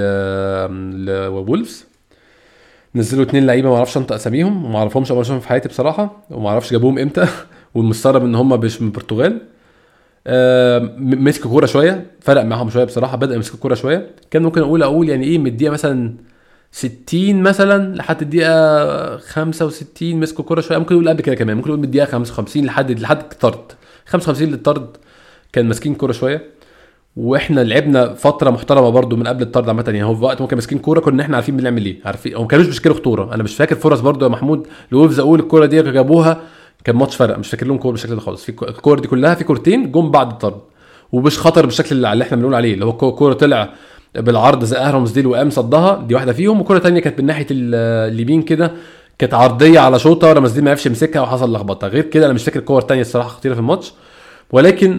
لوولفز. نزلوا اتنين لعيبه ما اعرفش انطق اساميهم وما اعرفهمش اول شوف في حياتي بصراحه وما اعرفش جابوهم امتى والمستغرب ان هم مش من البرتغال. آه م- مسكوا كوره شويه، فرق معاهم شويه بصراحه، بدا يمسكوا كوره شويه. كان ممكن اقول اقول يعني ايه من الدقيقه مثلا ستين مثلا لحد الدقيقه خمسة وستين مسكوا كوره شويه. ممكن اقول قبل كده كمان، ممكن اقول من الدقيقه خمسة وخمسين لحد لحد الطرد، خمسة وخمسين للطرد كان ماسكين كوره شويه. واحنا لعبنا فتره محترمه برضو من قبل الطرد عامه، يعني هو في وقت ممكن ماسكين كوره كنا احنا عارفين بنعمل ايه، عارفين هم ما كانوش بيشكلوا خطوره. انا مش فاكر فرص برضو يا محمود لويفز اقول الكوره دي جابوها كان ماتش فرق، مش فاكر لهم كوره بالشكل ده خالص. في كو- الكوره دي كلها في كورتين جم بعد الطرد ومش خطر بالشكل اللي احنا بنقول عليه، اللي هو كو- كوره طلع بالعرض زي اهرمز دي وقام صدها، دي واحده فيهم. وكوره تانية كانت من ناحيه ال- اليمين كده، كانت عرضيه على شوطه رمز دي ما عرفش يمسكها وحصل لخبطه. غير كده انا مش فاكر كور تانية الصراحه خطيره في الماتش. ولكن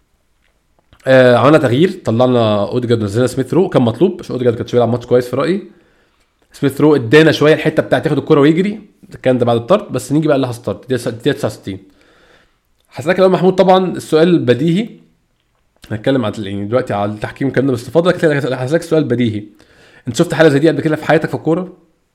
آه عملنا تغيير، طلعنا اوديجارد ونزلنا سميث رو، كان مطلوب عشان اوديجارد كانش بيلعب ماتش كويس في رايي. سميث رو ادانا شويه الحته بتاعت ياخد الكره ويجري، كان ده بعد الطرد. بس نيجي بقى اللي حصل الطرد دي تسعة وستين. هسألك الاول محمود طبعا السؤال بديهي، هنتكلم عن يعني دلوقتي على التحكيم كمان باستفاضه، لكن هسألك سؤال بديهي. انت شفت حاله زي دي قبل كده في حياتك في الكوره؟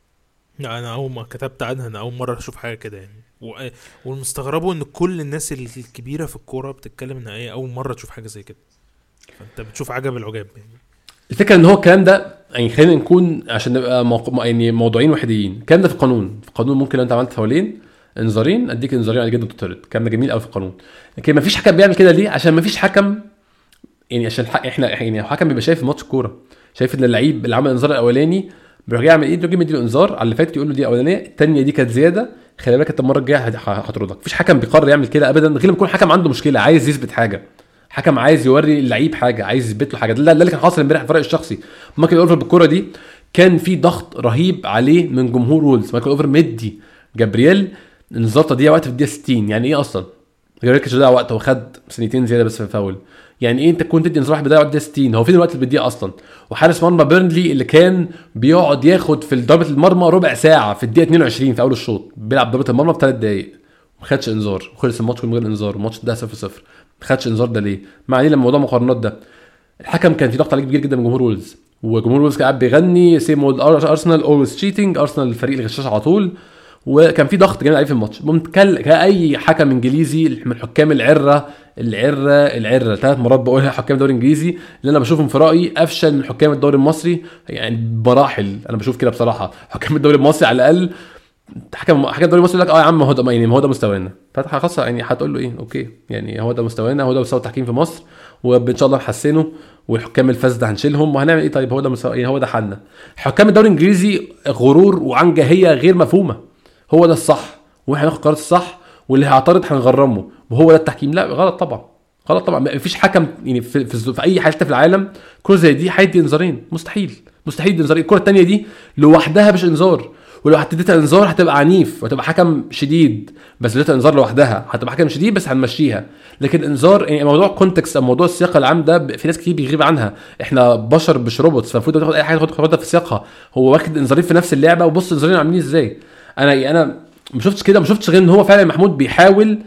لا انا اول ما كتبت عنها انا اول مره اشوف حاجه كده يعني، و- والمستغربه ان كل الناس الكبيره في الكوره بتتكلم ان هي اول مره تشوف حاجه زي كده، فانت بتشوف عجب العجاب يعني. الفكره ان هو الكلام ده يعني خلينا نكون عشان نبقى موق... يعني موضوعين وحيدين. الكلام ده في القانون، في القانون ممكن لو انت عملت فاولين انذارين اديك انذارين على جد وتطرد، الكلام ده جميل قوي في القانون. لكن مفيش حكم بيعمل كده ليه؟ عشان مفيش حكم يعني، عشان الحق احنا يعني الحكم بيبقى شايف ماتش الكوره، شايف ان اللعيب اللي عمل الانذار الاولاني بيروح يعمل ايه، يجي مديله انذار على اللي فاتت يقول له دي الاولانيه، الثانيه دي كانت زياده، خلي بالك انت المره الجايه هطردك. مفيش حكم بيقرر يعمل كده ابدا، غير لما يكون حكم عنده مشكله عايز يثبت حاجه، حكم عايز يوري اللعيب حاجه، عايز يثبت له حاجه. ده اللي كان حاصل امبارح في فرق الشخصي. مايكل اوفر بالكوره دي كان في ضغط رهيب عليه من جمهور وولز. مايكل اوفر مدي جابرييل انذار دي وقت في الدقيقه ستين، يعني ايه اصلا؟ جابرييل كانش ضيع وقت، وخد سنتين زياده بس في الفاول. يعني ايه انت كنت تدي انذار بضيع الدقيقه ستين؟ هو فين الوقت اللي بيديه اصلا؟ وحارس مرمى بيرنلي اللي كان بيقعد ياخد في ضربه المرمى ربع ساعه في الدقيقه اتنين وعشرين في اول الشوط بيلعب ضربه المرمى بثلاث دقائق ما خدش انذار، وخلص الماتش من غير انذار، الماتش ده صفر صفر ما خدش انذار. ده ليه؟ ما عليه لما موضوع مقارنات ده. الحكم كان في ضغط عليه كبير جدا من جمهور وولز، وجمهور وولز كان قاعد بيغني سيم اولد ارسنال اولويز تشيتنج، ارسنال الفريق اللي غشاش على طول. وكان في ضغط جامد عليه في الماتش. ممكن كاي حكم انجليزي من حكام العره العره العره ثلاث مرات بقولها، حكام الدوري الانجليزي اللي انا بشوفهم في رايي افشل من حكام الدوري المصري يعني بمراحل. انا بشوف كده بصراحه، حكام الدوري المصري على الاقل حكم حكم الدوري المصري يقول لك اه يا عم هو ده يعني هو ده مستوانا، فخلاص يعني هتقول له ايه اوكي يعني هو ده مستوانا، هو ده مستوى التحكيم في مصر وان شاء الله نحسنه، والحكام الفاسده هنشيلهم وهنعمل ايه. طيب هو ده مستوى، هو ده حالنا. حكام الدوري الانجليزي غرور وعنجهيه غير مفهومه، هو ده الصح واحنا هناخد قرارات الصح، واللي هيعترض هنغرمه وهو ده التحكيم. لا غلط طبعا، غلط طبعا. مفيش حكم يعني في, في, في اي حته في العالم كره زي دي هيدي انذارين، مستحيل مستحيل يدي انذارين. الكره الثانيه دي لوحدها مش انذار، ولو هتديتها انذار هتبقى عنيف وهتبقى حكم شديد، بس اديتها انذار لوحدها هتبقى حكم شديد بس هنمشيها. لكن انذار يعني موضوع كونتكست او موضوع السياق العام ده في ناس كتير بيغيب عنها. احنا بشر مش روبوتس، فالمفروض تاخد اي حاجه تاخدها في سياقها. هو واخد انذارين في نفس اللعبه وبص انذارين عاملين ازاي. انا انا ما شفتش كده، ما شفتش غير ان هو فعلا محمود بيحاول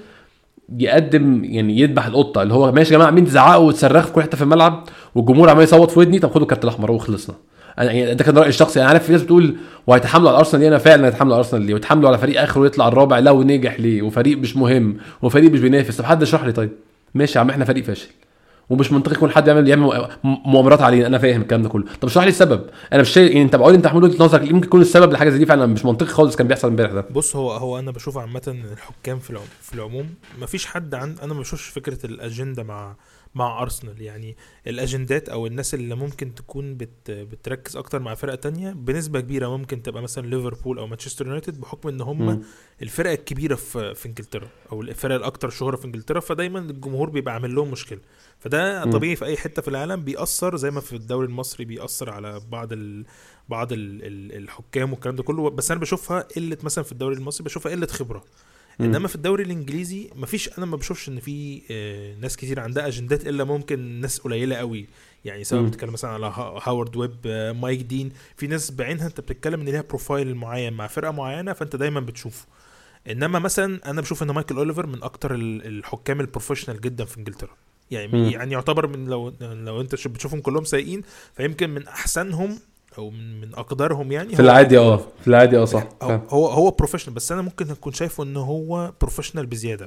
يقدم يعني يذبح القطه، اللي هو ماشي يا جماعه مين تزعقوا وتصرخوا في كل حته في الملعب والجمهور عمال يصوت في ودني، طب خدوا الكارت الاحمر وخلصنا. انا يعني ده كان رايي الشخصي. انا عارف في ناس بتقول وهيتحاملوا على الارسنال ليه، انا فعلا هيتحاملوا على الارسنال ليه، ويتحاملوا على فريق اخره يطلع الرابع لو نجح ليه، وفريق مش مهم وفريق مش بينافس. طب حد يشرح لي طيب. ماشي يا عم احنا فريق فاشل ومش منطقي يكون حد يعمل يعمل مؤامرات علينا، انا فاهم الكلام ده كله. طب اشرح لي السبب. انا مش شايف يعني انت بقول انت محمود وجهه نظرك يمكن يكون السبب لحاجه زي دي فعلا مش منطقي خالص كان بيحصل امبارح ده. بص هو هو انا بشوف عامه الحكام في العموم في العموم مفيش حد عن انا ما بشوفش فكره الاجنده مع مع ارسنال. يعني الاجندات او الناس اللي ممكن تكون بت بتركز اكتر مع فرقه تانية بنسبه كبيره ممكن تبقى مثلا ليفربول او مانشستر يونايتد، بحكم ان هم الفرقه الكبيره في في انجلترا او الفرقه الاكثر شهره في انجلترا، فدايما الجمهور بيبقى عامل لهم مشكله. فده طبيعي في اي حته في العالم بيأثر، زي ما في الدوري المصري بيأثر على بعض ال بعض ال ال الحكام والكلام ده كله. بس انا بشوفها قله، مثلا في الدوري المصري بشوفها قله خبره. انما في الدوري الانجليزي مفيش، انا ما بشوفش ان في آه ناس كتير عندها اجندات الا ممكن ناس قليله قوي. يعني سواء بتتكلم مثلا على هاورد ويب، آه مايك دين، في ناس بعينها انت بتتكلم ان ليها بروفايل معين مع فرقه معينه فانت دايما بتشوفه. انما مثلا انا بشوف ان مايكل اوليفر من اكتر الحكام البروفيشنال جدا في انجلترا. يعني م. يعني يعتبر من لو لو انت بتشوفهم كلهم سيئين فيمكن من احسنهم او من من اقدارهم يعني في العادي. اه في العادي اه صح. هو هو بروفيشنال، بس انا ممكن اكون شايفه ان هو بروفيشنال بزياده.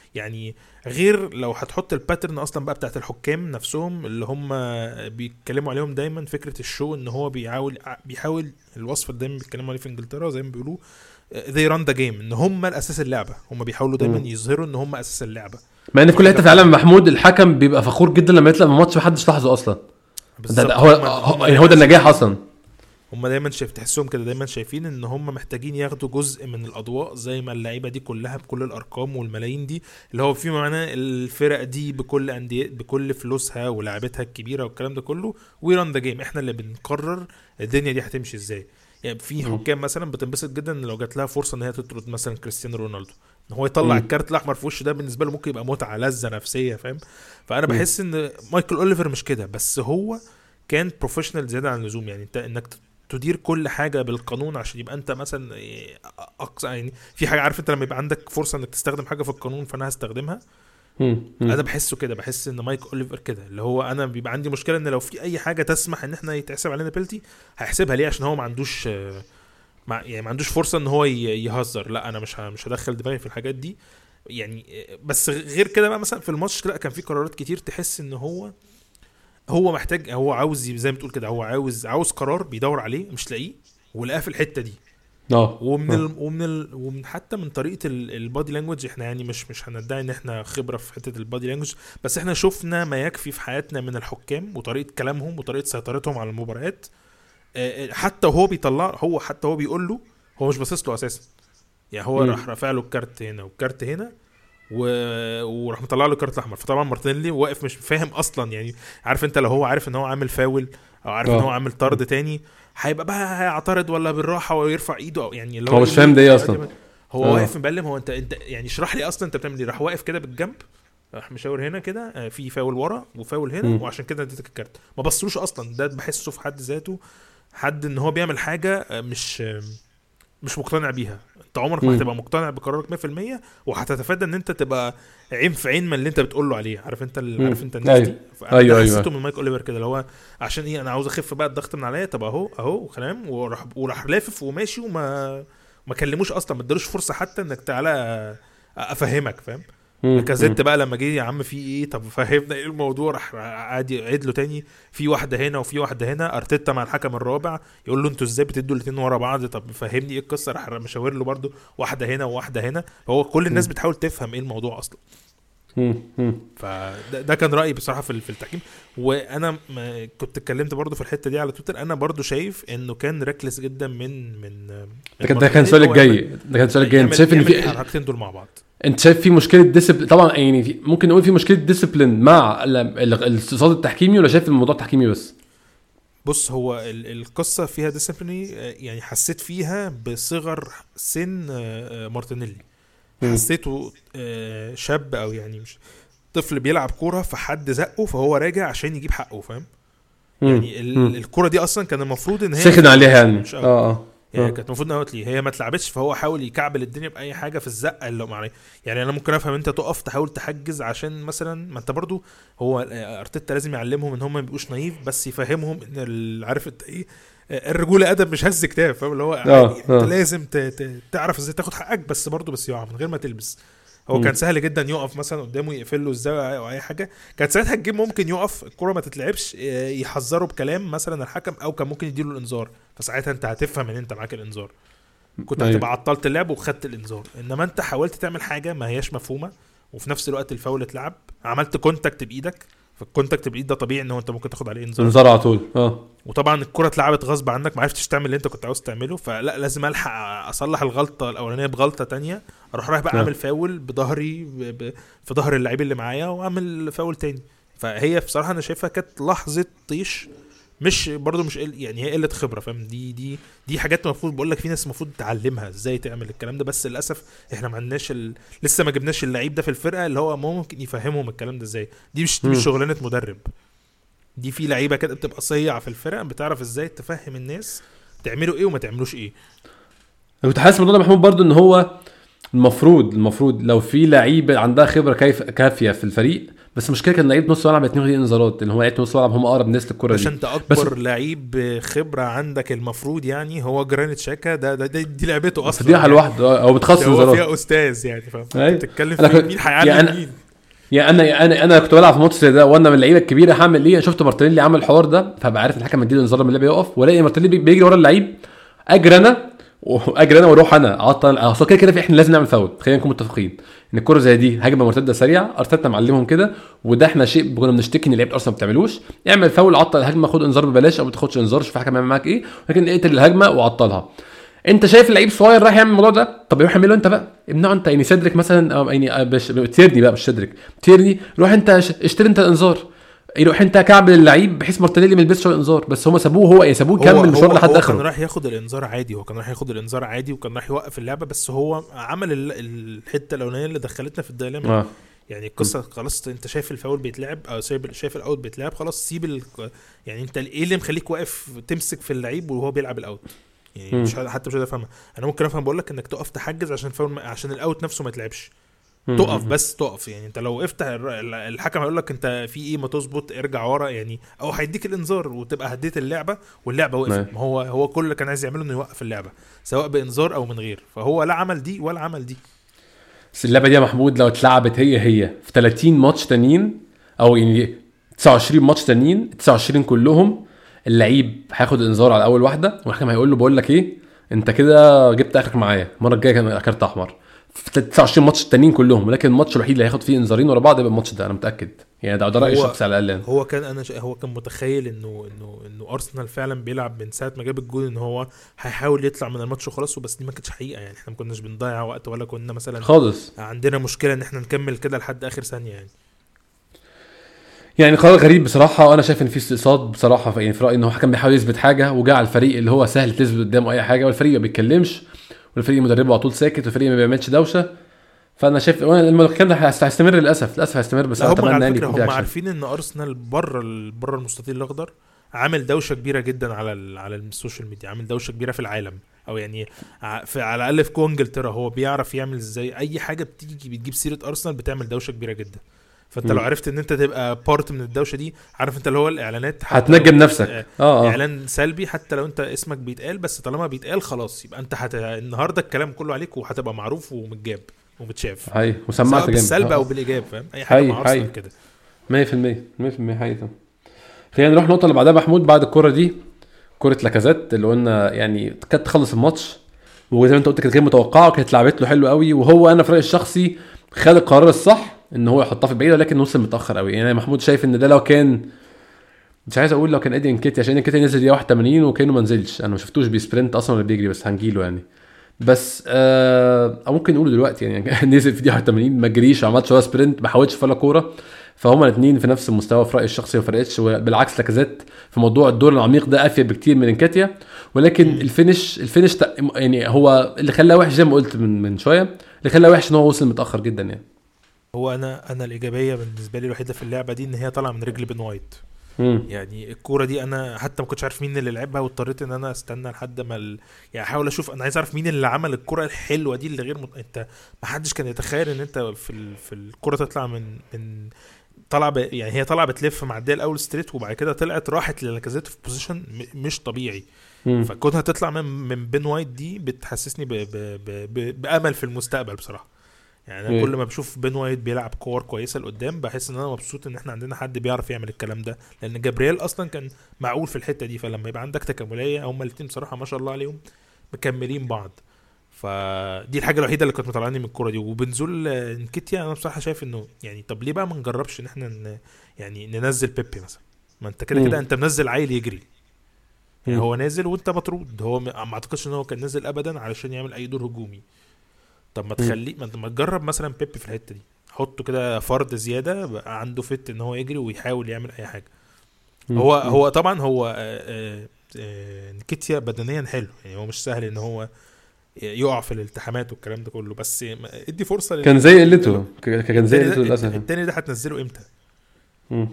يعني غير لو هتحط الباترن اصلا بقى بتاعت الحكام نفسهم اللي هم بيتكلموا عليهم دايما، فكره الشو ان هو بيحاول بيحاول الوصف اللي دايما بيتكلموا عليه في انجلترا زي ما بيقولوا they run the game، ان هم الاساس اللعبه، هم بيحاولوا دايما يظهروا ان هم اساس اللعبه. مع ان في كل حته في العالم محمود الحكم بيبقى فخور جدا لما يطلع من ماتش محدش لاحظه اصلا. ده هو هو, هو ده النجاح اصلا. هم دايما شايف تحسهم كده دايما شايفين ان هم محتاجين ياخدوا جزء من الاضواء زي ما اللعيبه دي كلها بكل الارقام والملايين دي، اللي هو في معنى الفرق دي بكل انديه بكل فلوسها ولاعبتها الكبيره والكلام ده كله، وي ران ذا جيم، احنا اللي بنقرر الدنيا دي هتمشي ازاي. يعني في حكام مثلا بتنبسط جدا لو جات لها فرصه ان هي تطرد مثلا كريستيانو رونالدو، ان هو يطلع م. الكارت الاحمر في وشه، ده بالنسبه له ممكن يبقى متعه لذه نفسيه، فاهم؟ فانا م. بحس ان مايكل اوليفر مش كده، بس هو كان بروفيشنال زياده عن اللزوم. يعني انت انك تدير كل حاجه بالقانون عشان يبقى انت مثلا اقصى، يعني في حاجه عارف انت لما يبقى عندك فرصه انك تستخدم حاجه في القانون فانا هستخدمها. انا بحسه كده، بحس ان مايك اوليفر كده، اللي هو انا بيبقى عندي مشكله ان لو في اي حاجه تسمح ان احنا يتحسب علينا بيلتي هيحسبها ليه، عشان هو ما عندوش مع يعني ما عندوش فرصه ان هو يهزر. لا انا مش مش هدخل دماغي في الحاجات دي يعني. بس غير كده بقى مثلا في الماتش لا كان في قرارات كتير تحس ان هو هو محتاج، هو عاوز زي ما بتقول كده، هو عاوز عاوز قرار بيدور عليه مش لاقيه ولقاه في الحته دي. اه ومن ال ومن ال ومن حتى من طريقه البادي لانجويج، احنا يعني مش مش هندعي ان احنا خبره في حته البادي لانجويج، بس احنا شفنا ما يكفي في حياتنا من الحكام وطريقه كلامهم وطريقه سيطرتهم على المباريات. حتى وهو بيطلع هو حتى هو بيقول له هو مش باصص له اساسا، يعني هو م. راح رافع له الكارت هنا والكارت هنا و... وراح مطلع له الكارت الاحمر. فطبعا مارتينيلي واقف مش فاهم اصلا، يعني عارف انت لو هو عارف ان هو عامل فاول او عارف أوه. ان هو عامل طرد تاني هيبقى بقى هيعترض ولا بالراحه ويرفع ايده أو يعني اللي هو مش فاهم ده ايه اصلا. هو أوه. واقف مبلم، هو انت انت يعني اشرح لي اصلا انت بتعمل ايه. راح واقف كده بالجنب، راح مشاور هنا كده في فاول ورا وفاول هنا م. وعشان كده اديتك الكارت. ما بصلوش اصلا. ده بحسه في حد ذاته حد ان هو بيعمل حاجه مش مش مقتنع بيها. انت عمرك ما هتبقى مقتنع بقرارك مية في المية وهتتفادى ان انت تبقى عين في عين من اللي انت بتقول له عليه. عارف انت اللي عارف انت الناس دي. ايوه حسيته أيوة. من مايك اوليفر كده اللي هو عشان ايه انا عاوز اخف بقى الضغط من عليا. طب اهو اهو كلام وراح وراح لافف وماشي وما ما كلموش اصلا، ما ادالوش فرصه حتى انك تعالى افهمك، فاهم؟ لاكازيت بقى لما جه يا عم في ايه طب فهمنا ايه الموضوع، راح عادي يعيد له تاني في واحده هنا وفي واحده هنا. ارتيتا مع الحكم الرابع يقول له انتوا ازاي بتدوا الاثنين ورا بعض، طب فهمني ايه القصه، راح مشاور له برده واحده هنا وواحده هنا. هو كل الناس بتحاول تفهم ايه الموضوع اصلا. فده ده كان رايي بصراحه في في التحكيم. وانا كنت اتكلمت برده في الحته دي على تويتر، انا برده شايف انه كان ريكلس جدا من من ده كان السؤال الجاي ده كان السؤال الجاي انت شايف ان في الحركتين دول مع بعض، انت شايف في مشكله ديسيبلين طبعا، يعني في ممكن نقول في مشكله ديسيبلين مع الاقتصاد التحكيمي، ولا شايف الموضوع تحكيمي بس؟ بص هو القصه فيها ديسيبلين، يعني حسيت فيها بصغر سن مارتينيلي، حسيته شاب او يعني مش طفل بيلعب كوره فحد زقه فهو راجع عشان يجيب حقه، فاهم؟ يعني الكوره دي اصلا كان المفروض ان هي سخن عليها يعني اه يعني كانت المفروض انها لي هي ما تلعبتش، فهو حاول يكعبل الدنيا باي حاجه في الزقه اللي معاه. يعني انا ممكن افهم انت تقف تحاول تحجز عشان مثلا ما انت برضو هو ارتيتا لازم يعلمهم ان هم ما يبقوش نايف، بس يفهمهم ان عارف انت ايه الرجوله ادب مش هز كتاب، فاهم؟ اللي هو يعني انت لازم تعرف ازاي تاخد حقك بس برضو بس يقع من غير ما تلبس. هو م. كان سهل جدا يقف مثلا قدامه يقفل له الزاويه او اي حاجه، كانت ساعتها الجيم ممكن يقف الكره ما تتلعبش يحذروا بكلام مثلا الحكم، او كان ممكن يديله الانذار، فساعتها انت هتفهم ان انت معاك الانذار، كنت أيوة. هتبقى عطلت اللعب وخدت الانذار. انما انت حاولت تعمل حاجه ما هياش مفهومه وفي نفس الوقت الفاول اتلعب، عملت كونتاكت بايدك، فالكونتاكت بايد ده طبيعي ان هو انت ممكن تاخد عليه انذار انذار على طول اه وطبعا الكره اتلعبت غصب عنك ما عرفتش تعمل اللي انت كنت عاوز تعمله، فلا لازم الحق اصلح الغلطه الاولانيه بغلطه تانية، اروح رايح بقى اعمل فاول بظهري في ظهر اللعيب اللي معايا واعمل فاول تاني. فهي بصراحه انا شايفها كانت لحظه طيش، مش برضو مش يعني هي قله خبره، فاهم؟ دي دي دي حاجات المفروض بقول لك في ناس المفروض تعلمها ازاي تعمل الكلام ده، بس للاسف احنا ما عندناش ال... لسه ما جبناش اللعيب ده في الفرقه اللي هو ممكن يفهمهم الكلام ده ازاي. دي مش دي مش شغلانه مدرب، دي في لعيبه كده بتبقى صيعه في الفرقه بتعرف ازاي تفهم الناس تعملوا ايه وما تعملوش ايه. انا كنت حاسس بالله محمود برضو ان هو المفروض المفروض لو في لعيبه عندها خبره كيف كافيه في الفريق بس المشكله كان لعيب نص ملعب اتنين واخدين انذارات، اللي هو لعيبه نص ملعب هم اقرب ناس للكره عشان دي. انت اكبر لعيب خبره عندك المفروض يعني هو جرانيت شاكا ده, ده, ده دي لعبته اصلا فضيحه يعني. لوحده او بتخصص هو انذارات فيها استاذ يعني، فاهم أيوة. بتتكلم أنا في كنت- مين هيعلم يعني أنا- مين. يعني انا انا انا كنت بلعب في ماتش زي ده وانا من اللعيبه الكبيره هعمل ايه؟ شفت مارتينيلي عمل الحوار ده فبقى عارف الحكم مديله انذار لما اللعب يقف، والاقي مارتينيلي بيجري ورا اللعيب، اجري انا واجري انا واروح انا اعطل. اصل كده كده في احنا لازم نعمل فاول، خلينا نكون متفقين ان الكره زي دي هجمه مرتده سريعه ارتيتا معلمهم كده، وده احنا شيء كنا بنشتكي ان لعيبه ارسنال ما بتعملوش. اعمل فاول عطل الهجمه، خد انذار ببلاش او ما تاخدش انذار، شوف الحكم يعمل معاك ايه، لكن اقتل الهجمه وعطلها. انت شايف اللعيب صغير راح يعمل الموضوع ده، طب يروح يعمله انت بقى، امنعه انت. يعني سيدريك مثلا او يعني بش... تيرني بقى، مش سيدريك، تيرني روح انت اشتري انت الانذار، يروح انت كعب اللعيب بحيث مارتينيلي ما يلبسش الانذار. بس هم سابوه هو يسابوه يكمل المشوار لحد هو اخره. كان راح ياخد الانذار عادي، هو كان راح ياخد الانذار عادي وكان راح يوقف اللعبه، بس هو عمل ال- الحته الاولانيه اللي دخلتنا في الدايلاما. اه يعني القصه خلاص، انت شايف الفاول بيتلعب او شايف شايف الاوت بيتلعب، خلاص سيب ال... يعني انت ايه اللي مخليك واقف تمسك في اللعيب وهو بيلعب الاوت؟ يعني مم. مش حتى مش قادر افهمها. انا ممكن افهم، بقول لك انك تقف تحجز عشان فاول، عشان الاوت نفسه ما يتلعبش، تقف بس تقف. يعني انت لو افتح الحكم هيقول لك انت في ايه، ما تظبط ارجع ورا يعني، او هيديك الانذار وتبقى هديت اللعبه واللعبه وقفت. ما هو هو كل اللي كان عايز يعمله انه يوقف اللعبه سواء بانذار او من غير، فهو لا عمل دي ولا عمل دي. بس اللعبه دي يا محمود لو اتلعبت هي هي في ثلاثين ماتش تانيين او يعني تسعة وعشرين ماتش تانيين، تسعة وعشرين كلهم اللعيب هياخد انذار على اول واحده، والحكم هيقول له بقول لك ايه انت كده جبت اخرك معايا، المره الجايه كان كارت احمر في تسعة وعشرين ماتش التانيين كلهم. ولكن الماتش الوحيد اللي هياخد فيه انذارين ورا بعض يبقى الماتش ده، انا متاكد يعني، ده ده رايي هو- الشخصي على الاقل يعني. هو كان انا ش... هو كان متخيل انه انه انه ارسنال فعلا بيلعب من ساعه ما جاب الجول ان هو هيحاول يطلع من الماتش وخلاص، وبس دي ما كانتش حقيقه يعني. احنا ما كناش بنضيع وقت ولا كنا مثلا خالص. عندنا مشكله ان احنا نكمل كده لحد اخر ثانيه يعني. يعني قرار غريب بصراحه، وانا شايف ان في استقصاد بصراحه في يعني في رايي ان هو حكم بيحاول يثبت حاجه وجاء على الفريق اللي هو سهل تثبت قدامه اي حاجه، والفريق ما بيتكلمش، والفريق مدربه على طول ساكت، والفريق ما بيعملش دوشه. فانا شايف الكلام ده هيستمر للاسف، للاسف هيستمر. بس هم اتمنى على يعني فكره يكون في هم اكشن. عارفين ان ارسنال بره ال... بره المستطيل الاخضر عامل دوشه كبيره جدا على ال... على السوشيال ميديا، عامل دوشه كبيره في العالم، او يعني ع- في على الاقل في كون انجلترا هو بيعرف يعمل ازاي اي حاجه بتيجي بتجيب سيره ارسنال بتعمل دوشه كبيره جدا. فانت مم. لو عرفت ان انت تبقى بارت من الدوشه دي، عارف انت اللي هو الاعلانات حتى هتنجم لو- نفسك. آه، اه اه اعلان سلبي حتى لو انت اسمك بيتقال، بس طالما بيتقال خلاص يبقى انت هت... النهارده الكلام كله عليك وهتبقى معروف ومتجاب ومتشاف، هاي سواء وسمعت جامد. بالسلب او آه. بالايجاب، فاهم اي حاجه هاي- مع ارسنال هاي. كده. مية في المية مية في المية حقيقة. خلينا نروح النقطة اللي بعدها محمود. بعد الكرة دي كرة لاكازيت اللي قلنا يعني كانت تخلص الماتش، وزي ما انت قلت كانت غير متوقعة وكانت لعبت له حلو قوي، وهو انا في رأيي الشخصي خد القرار الصح ان هو يحطها في البعيدة، لكن وصل متأخر قوي. يعني محمود شايف ان ده لو كان، مش عايز اقول لو كان ادي انكيتي عشان انكيتي نزل دقيقة واحد وثمانين وكانه ما نزلش، انا ما شفتوش بيسبرنت اصلا ولا بيجري، بس هنجيله يعني. بس آه او ممكن نقوله دلوقتي يعني نزل في دقيقة واحد وثمانين ما جريش، ما عملش ولا سبرنت، ما حاولش ولا كورة. فهما الاثنين في نفس المستوى في رايي الشخصي، ما فرقتش. وبالعكس لاكازيت في موضوع الدور العميق ده افيد بكتير من انكاتيا، ولكن الفينش الفينش تق- يعني هو اللي خلاه وحش زي ما قلت من من شويه، اللي خلاه وحش ان هو وصل متاخر جدا يعني. هو انا انا الايجابيه بالنسبه لي الوحيده في اللعبه دي ان هي طالعه من رجل بن وايت. امم يعني الكوره دي انا حتى ما كنتش عارف مين اللي لعبها، واضطريت ان انا استنى لحد ما ال... يعني احاول اشوف، انا عايز اعرف مين اللي عمل الكوره الحلوه دي اللي غير مت... انت ما حدش كان يتخيل ان انت في ال... في الكوره تطلع من من طلع ب... يعني هي طالعه بتلف معديه الاول ستريت، وبعد كده طلعت راحت للاكازيت في بوزيشن م... مش طبيعي. فكونها تطلع من من بين وايت دي بتحسسني ب... ب... ب... ب... بامل في المستقبل بصراحه. يعني انا كل ما بشوف بين وايت بيلعب كور كويسه لقدام بحس ان انا مبسوط ان احنا عندنا حد بيعرف يعمل الكلام ده، لان جابرييل اصلا كان معقول في الحته دي. فلما يبقى عندك تكامليه هما الاثنين بصراحه ما شاء الله عليهم مكملين بعض، فدي الحاجه الوحيده اللي كانت مطلعاني من الكوره دي. وبنزول انكيتيا انا بصراحه شايف انه يعني طب ليه بقى ما نجربش ان احنا ن... يعني ننزل بيبي مثلا، ما انت كده كده انت منزل عيل يجري يعني، هو نازل وانت مطرود، هو ما اعتقدش ان هو كان نازل ابدا علشان يعمل اي دور هجومي. طب ما تخليه ما تجرب مثلا بيبي في الحته دي، حطه كده فرد زياده بقى عنده فت ان هو يجري ويحاول يعمل اي حاجه. هو هو طبعا هو نكيتيا بدنيا حلو يعني، هو مش سهل ان هو يقع في الالتحامات والكلام ده كله، بس ادي فرصه. كان زي قلته كان زي قلته للاسف. التاني ده هتنزله امتى؟ امم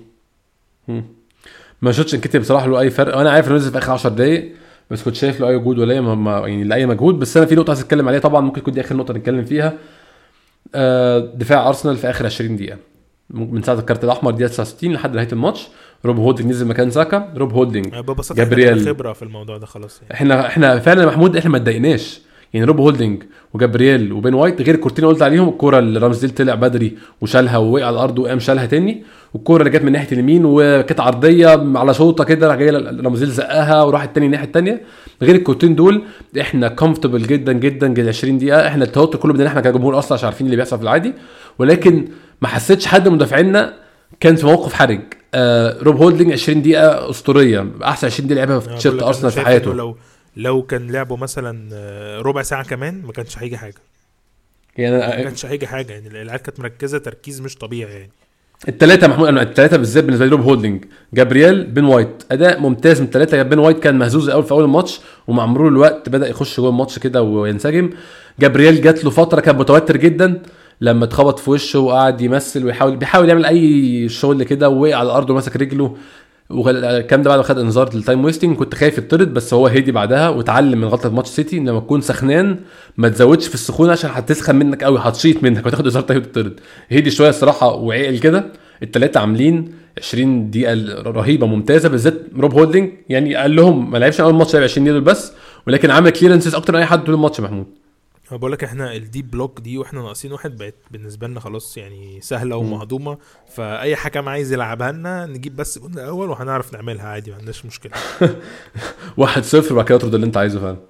ما شفتش انكيتيا بصراحه له اي فرق، وانا عارف انه نزل في اخر عشر دقايق، بس كنت شايف له اي وجود ولا ما يعني لاي مجهود. بس انا في نقطه عايز اتكلم عليها طبعا، ممكن تكون دي اخر نقطه نتكلم فيها. آه دفاع ارسنال في اخر عشرين دقيقه من ساعه الكارت الاحمر دي تسعة وستين لحد نهايه الماتش. روب هولدنج نزل مكان ساكا. روب هولدنج ببساطه جابرييل خبره في الموضوع ده خلاص يعني. احنا احنا فعلا يا محمود احنا ما اتضايقناش يعني. روب هولدنج وجابرييل وبين وايت غير الكورتين اللي قلت عليهم. الكوره اللي رامزديل طلع بدري وشالها ووقع على الارض وقام شالها تاني, والكوره اللي جت من ناحيه اليمين وكانت عرضيه على شوطه كده راح جاي رامزديل زقها وراح التاني الناحيه التانيه. غير الكورتين دول احنا كومفورتبل جدا جدا جدا عشرين دقيقه. احنا التوتر كله بدنا احنا كجمهور اصلا عشان عارفين اللي بيحصل في العادي, ولكن ما حسيتش حد من مدافعينا كان في موقف حرج. آه روب هولدنج عشرين دقيقه اسطوريه, احسن عشرين دقيقه لعبها في تيشيرت ارسنال في حياته. لو لو كان لعبه مثلا ربع ساعه كمان ما كانش هيجي حاجه يعني, ما كانش هيجي حاجه يعني. العيال كانت مركزه تركيز مش طبيعي يعني. الثلاثه محمود, انا الثلاثه بالذات بالنسبه لي روب هولدنج جابرييل بين وايت اداء ممتاز من الثلاثه. بين وايت كان مهزوز الاول في اول الماتش ومع مرور الوقت بدا يخش جوه الماتش كده وينسجم. جابرييل جات له فتره كان متوتر جدا لما اتخبط في وشه وقعد يمثل ويحاول بيحاول يعمل اي شغل كده ووقع على الارض ومسك رجله, وكان ده بعد ما خد انذار للتايم ويستنج. كنت خايف يطرد بس هو هدي بعدها واتعلم من غلطه ماتش سيتي ان لما تكون سخنان ما تزودش في السخونه عشان هتسخن منك قوي هتشيط منك وتاخد انذار تاني وتطرد. هدي شويه الصراحه وعقل كده. الثلاثه عاملين عشرين دقيقه رهيبه ممتازه, بالذات روب هولدنج يعني قال لهم ما لعبش اول ماتش, لعب عشرين دقيقه بس ولكن عمل كليرنسز اكتر من اي حد طول الماتش. محمود بقول لك احنا الديب بلوك دي واحنا ناقصين واحد بقت بالنسبه لنا خلاص يعني سهله ومهضومه, فاي حكم عايز يلعبها لنا نجيب بس جول الاول وهنعرف نعملها عادي ما عندناش مشكله. واحد صفر وبعد كده ترد اللي انت عايزه فعلا.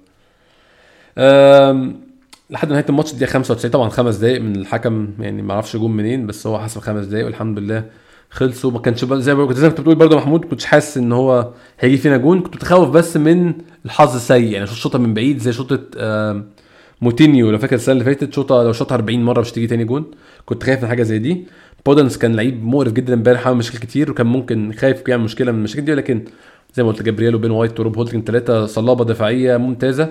لحد نهايه الماتش دي خمسة وتسعين طبعا خمس دقايق من الحكم يعني ما اعرفش جون منين بس هو حسب خمس دقايق والحمد لله خلصوا. ما كانش زي ما كنت زي ما كنت بتقول برضه محمود, كنتش حاسس ان هو هيجي فينا جون, كنت متخوف بس من الحظ السيء يعني. شوطه من بعيد زي شوطه موتينيو لو فاكر السنه اللي فاتت, شوطه لو شاطها أربعين مره مش تيجي تاني جون, كنت خايف من حاجه زي دي. بودنس كان لعيب مقرف جدا امبارح, عامل مشاكل كتير وكان ممكن خايف يعمل مشكله من المشاكل دي, لكن زي ما قلت جابرييل وبين وايت وروب هولدنج ثلاثه صلابه دفاعيه ممتازه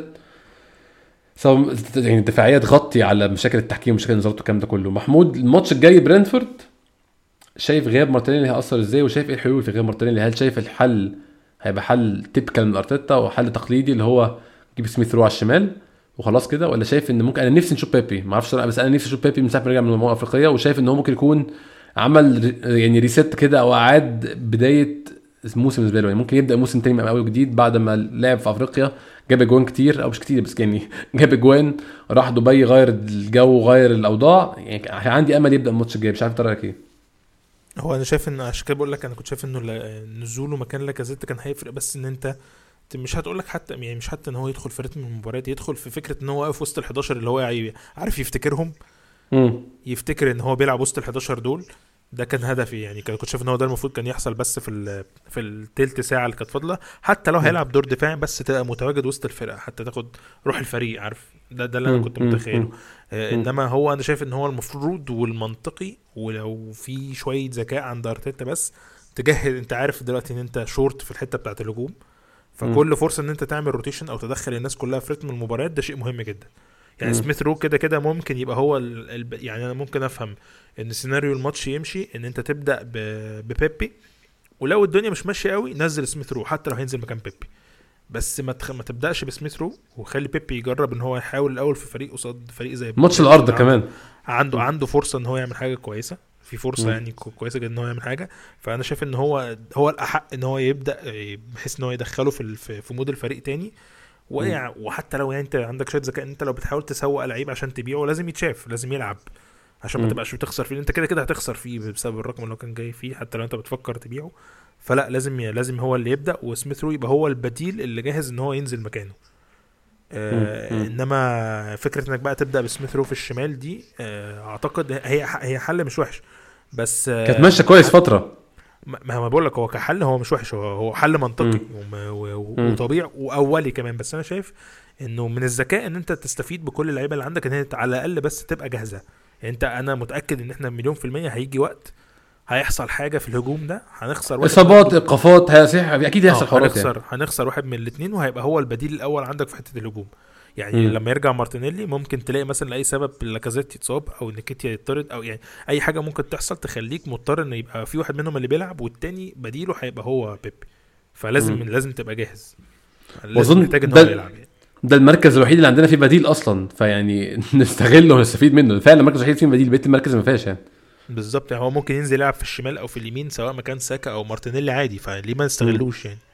يعني الدفاعيه تغطي على مشاكل التحكيم ومشاكل النظارات والكلام ده كله. محمود الماتش الجاي برينفورد, شايف غياب مارتينيلي هيأثر ازاي وشايف ايه الحلول في غياب مارتينيلي؟ هل شايف الحل هيبقى حل تيبيكال من ارتيتا وحل تقليدي اللي هو جيب سميث رو على الشمال وخلاص كده, ولا شايف ان ممكن, انا نفسي نشوف بيبي ما اعرفش بس انا نفسي اشوف بيبي من ساعه ما رجع من الامم الافريقيه, وشايف ان هو ممكن يكون عمل يعني ريست كده او اعاد بدايه موسم بالنسبه له يعني. ممكن يبدا موسم تاني من اول جديد بعد ما لعب في افريقيا جاب اجوان كتير او مش كتير بس يعني جاب اجوان, راح دبي غير الجو غير الاوضاع يعني. عندي امل يبدا الماتش الجاي, مش عارف رايك ايه. هو انا شايف ان عشان كده بقول لك انا كنت شايف انه نزوله مكان لاكازيت كان هيفرق, بس ان انت مش هتقول لك حتى يعني مش حتى ان هو يدخل في رتم المباريات, يدخل في فكره ان هو واقف وسط الحداشر اللي هو عارف يفتكرهم امم يفتكر ان هو بيلعب وسط الحداشر دول. ده كان هدفي يعني, كنت شايف ان هو ده المفروض كان يحصل بس في في الثلث ساعه اللي كانت فاضله, حتى لو هيلعب دور دفاعي بس تبقى متواجد وسط الفرقه حتى تاخد روح الفريق, عارف ده ده اللي انا كنت متخيله. آه انما هو انا شايف ان هو المفروض والمنطقي ولو في شويه ذكاء عند ارتيتا بس تجهز, انت عارف دلوقتي ان انت شورت في الحته بتاعه الهجوم, فكل فرصه ان انت تعمل روتيشن او تدخل الناس كلها في رتم المباريات ده شيء مهم جدا يعني. م. سميث رو كده كده ممكن يبقى هو ال... ال... يعني انا ممكن افهم ان سيناريو الماتش يمشي ان انت تبدا ب... ببيبي, ولو الدنيا مش ماشيه قوي نزل سميث رو حتى لو هينزل مكان بيبي, بس ما, تخ... ما تبداش بسميث رو وخلي بيبي يجرب ان هو يحاول الاول في فريق قصاد فريق زي ماتش الارض كمان عنده عنده فرصه ان هو يعمل حاجه كويسه, في فرصه م. يعني كويسه جدا ان هو يعمل حاجه. فانا شايف ان هو هو الاحق ان هو يبدا بحيث ان هو يدخله في في مود الفريق تاني, وحتى لو يعني انت عندك شويه ذكاء انت لو بتحاول تسوق لعيب عشان تبيعه لازم يتشاف لازم يلعب عشان ما تبقاش بتخسر فيه, انت كده كده هتخسر فيه بسبب الرقم اللي كان جاي فيه حتى لو انت بتفكر تبيعه, فلا لازم لازم هو اللي يبدا وسميث رو يبقى هو البديل اللي جاهز ان هو ينزل مكانه. آه انما فكره انك بقى تبدا بسميث رو في الشمال دي آه اعتقد هي هي حل مش وحش, بس آه كانت ماشيه كويس فتره. ما هو بقول لك هو كحل هو مش وحش, هو هو حل منطقي وطبيعي واولي كمان, بس انا شايف انه من الذكاء ان انت تستفيد بكل اللعيبه اللي عندك ان هي على الاقل بس تبقى جاهزه يعني. انت انا متاكد ان احنا مليون في الميه هيجي وقت هيحصل حاجه في الهجوم ده, هنخسر اصابات ايقافات هيصيح اكيد هيحصل حوارات هنخسر يعني. هنخسر واحد من الاثنين وهيبقى هو البديل الاول عندك في حته الهجوم يعني. م. لما يرجع مارتينيلي ممكن تلاقي مثلا لاي سبب لاكازيت يتصاب او نيكيتيا يطرد او يعني اي حاجه ممكن تحصل تخليك مضطر ان يبقى في واحد منهم اللي بيلعب والتاني بديله هيبقى هو بيبي, فلازم م. لازم تبقى جاهز, لازم محتاج ان هو يلعب يعني. ده المركز الوحيد اللي عندنا فيه بديل اصلا, فيعني نستغله ونستفيد منه فعلا. المركز الوحيد فيه بديل, بقيه المركز ما فيهاش يعني. بالظبط يعني هو ممكن ينزل يلعب في الشمال او في اليمين سواء ما كان ساكا او مارتينيلي عادي، فليه ما نستغلوش يعني.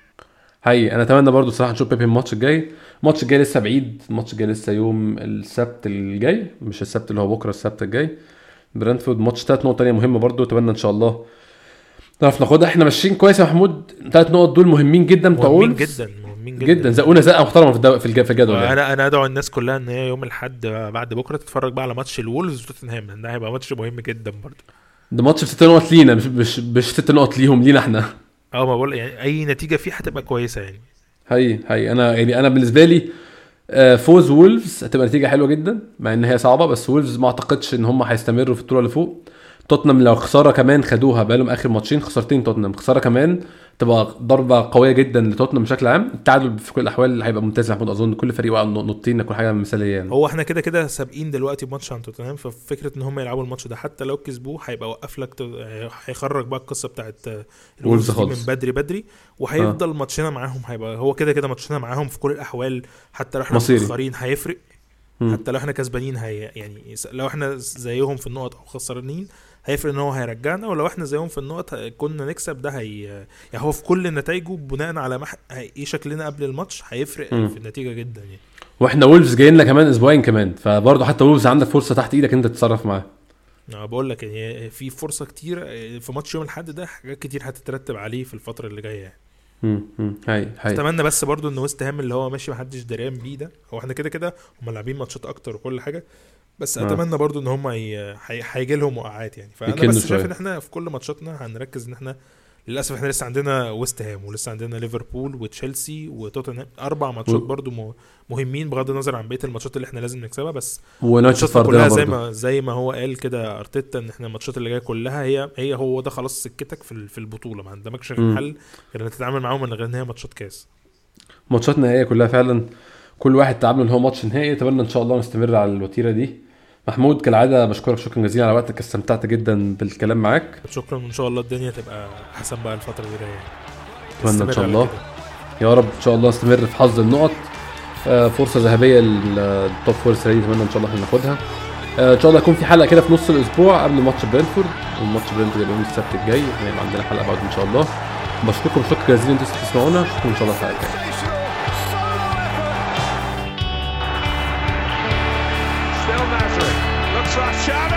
هاي انا اتمنى برضو صراحه نشوف بيبي الماتش الجاي. الماتش الجاي لسه بعيد، الماتش الجاي لسه يوم السبت الجاي، مش السبت اللي هو بكره، السبت الجاي برنتفورد. ماتش ثلاث نقط تانية مهمه برضو، اتمنى ان شاء الله نعرف ناخدها. احنا ماشيين كويس يا محمود، ثلاث نقط دول مهمين جدا بتوع مهمين وولفز جدا مهمين جدا, جدا, جدا. زقونا زقه محترمه في الدو... في الج- في الجدول يعني. انا انا ادعو الناس كلها ان هي يوم الاحد بعد بكره تتفرج بقى على ماتش الولفز وتوتنهام، لان ده هيبقى ماتش مهم جدا برضه. ده ماتش بست نقط لينا، مش مش مش ست نقط ليهم، لينا احنا. اه ما بقول يعني اي نتيجه فيه هتبقى كويسه يعني. هي هي انا يعني انا بالنسبه لي آه، فوز وولفز هتبقى نتيجه حلوه جدا، مع ان هي صعبه، بس وولفز ما اعتقدش ان هم هيستمروا في الطوله اللي فوق. توتنهام لو خساره كمان خدوها بقالهم اخر ماتشين خسارتين، توتنهام خساره كمان تبقى ضربه قويه جدا لتوتنهام بشكل عام. التعادل في كل الاحوال هيبقى ممتاز يا محمود، اظن كل فريق وقع نقطتين، كل حاجه مثاليه يعني. هو احنا كده كده سابقين دلوقتي بماتش عن توتنهام، ففكره ان هم يلعبوا الماتش ده حتى لو كسبوه هيبقى وقف لك، هيخرج بقى القصه بتاعت الولفز دي من بدري بدري، وهيفضل آه. ماتشنا معاهم هيبقى هو كده كده ماتشنا معاهم في كل الاحوال، حتى لو احنا متاخرين هيفرق، حتى لو احنا كسبانين هي يعني لو احنا زيهم في النقط او خسرانين هيفرق ان هو هيرجعنا، ولو احنا زيهم في النقط كنا نكسب ده هي يعني هو في كل نتائجه بناء على مح... ايه شكلنا قبل الماتش هيفرق م. في النتيجه جدا يعني. واحنا وولفز جايين لنا كمان اسبوعين كمان، فبرضه حتى وولفز عندك فرصه تحت ايدك انت تتصرف معاه. انا بقول لك يعني في فرصه كتير في ماتش يوم الاحد ده، حاجات كتير هتترتب عليه في الفتره اللي جايه يعني. امم هاي هاي اتمنى بس برضو ان ويست هام اللي هو ماشي محدش دريان بيه ده، هو احنا كده كده هم لاعبين ماتشات اكتر وكل حاجه، بس آه. اتمنى برضو ان هم هيجي لهم وقعات يعني. فانا بس شايف ان احنا في كل ماتشاتنا هنركز ان احنا للاسف احنا لسه عندنا ويست هام ولسه عندنا ليفربول وتشيلسي وتوتنهام، اربع ماتشات و... برضو مهمين بغض النظر عن بقيه الماتشات اللي احنا لازم نكسبها، بس ماتشاتنا كلها زي ما زي ما هو قال كده ارتيتا ان احنا الماتشات اللي جايه كلها هي هي هو ده خلاص سكتك في في البطوله، ما عندكش حل غير انك تتعامل معاهم من غير ان هي ماتشات كاس. ماتشات نهائيه كلها فعلا كل واحد تعامل ان هو ماتش نهائي. اتمنى ان شاء الله نستمر على الوتيره دي. محمود كالعاده بشكرك شكرا جزيلا على وقتك، استمتعت جدا بالكلام معاك. شكرا، ان شاء الله الدنيا تبقى احسن بقى الفتره اللي جايه. اتمنى ان شاء الله يا رب ان شاء الله استمر في حظ النقط. آه فرصه ذهبيه للتوب فور سريع، اتمنى ان شاء الله احنا ناخدها. آه ان شاء الله يكون في حلقه كده في نص الاسبوع قبل ماتش برينتفورد، والماتش برينتفورد يبقى يوم السبت الجاي، هيبقى عندنا حلقه بعد ان شاء الله. بشكركم شكرا جزيلا انتوا تسمعونا، اشوفكم ان شاء الله في الحلقه الجايه.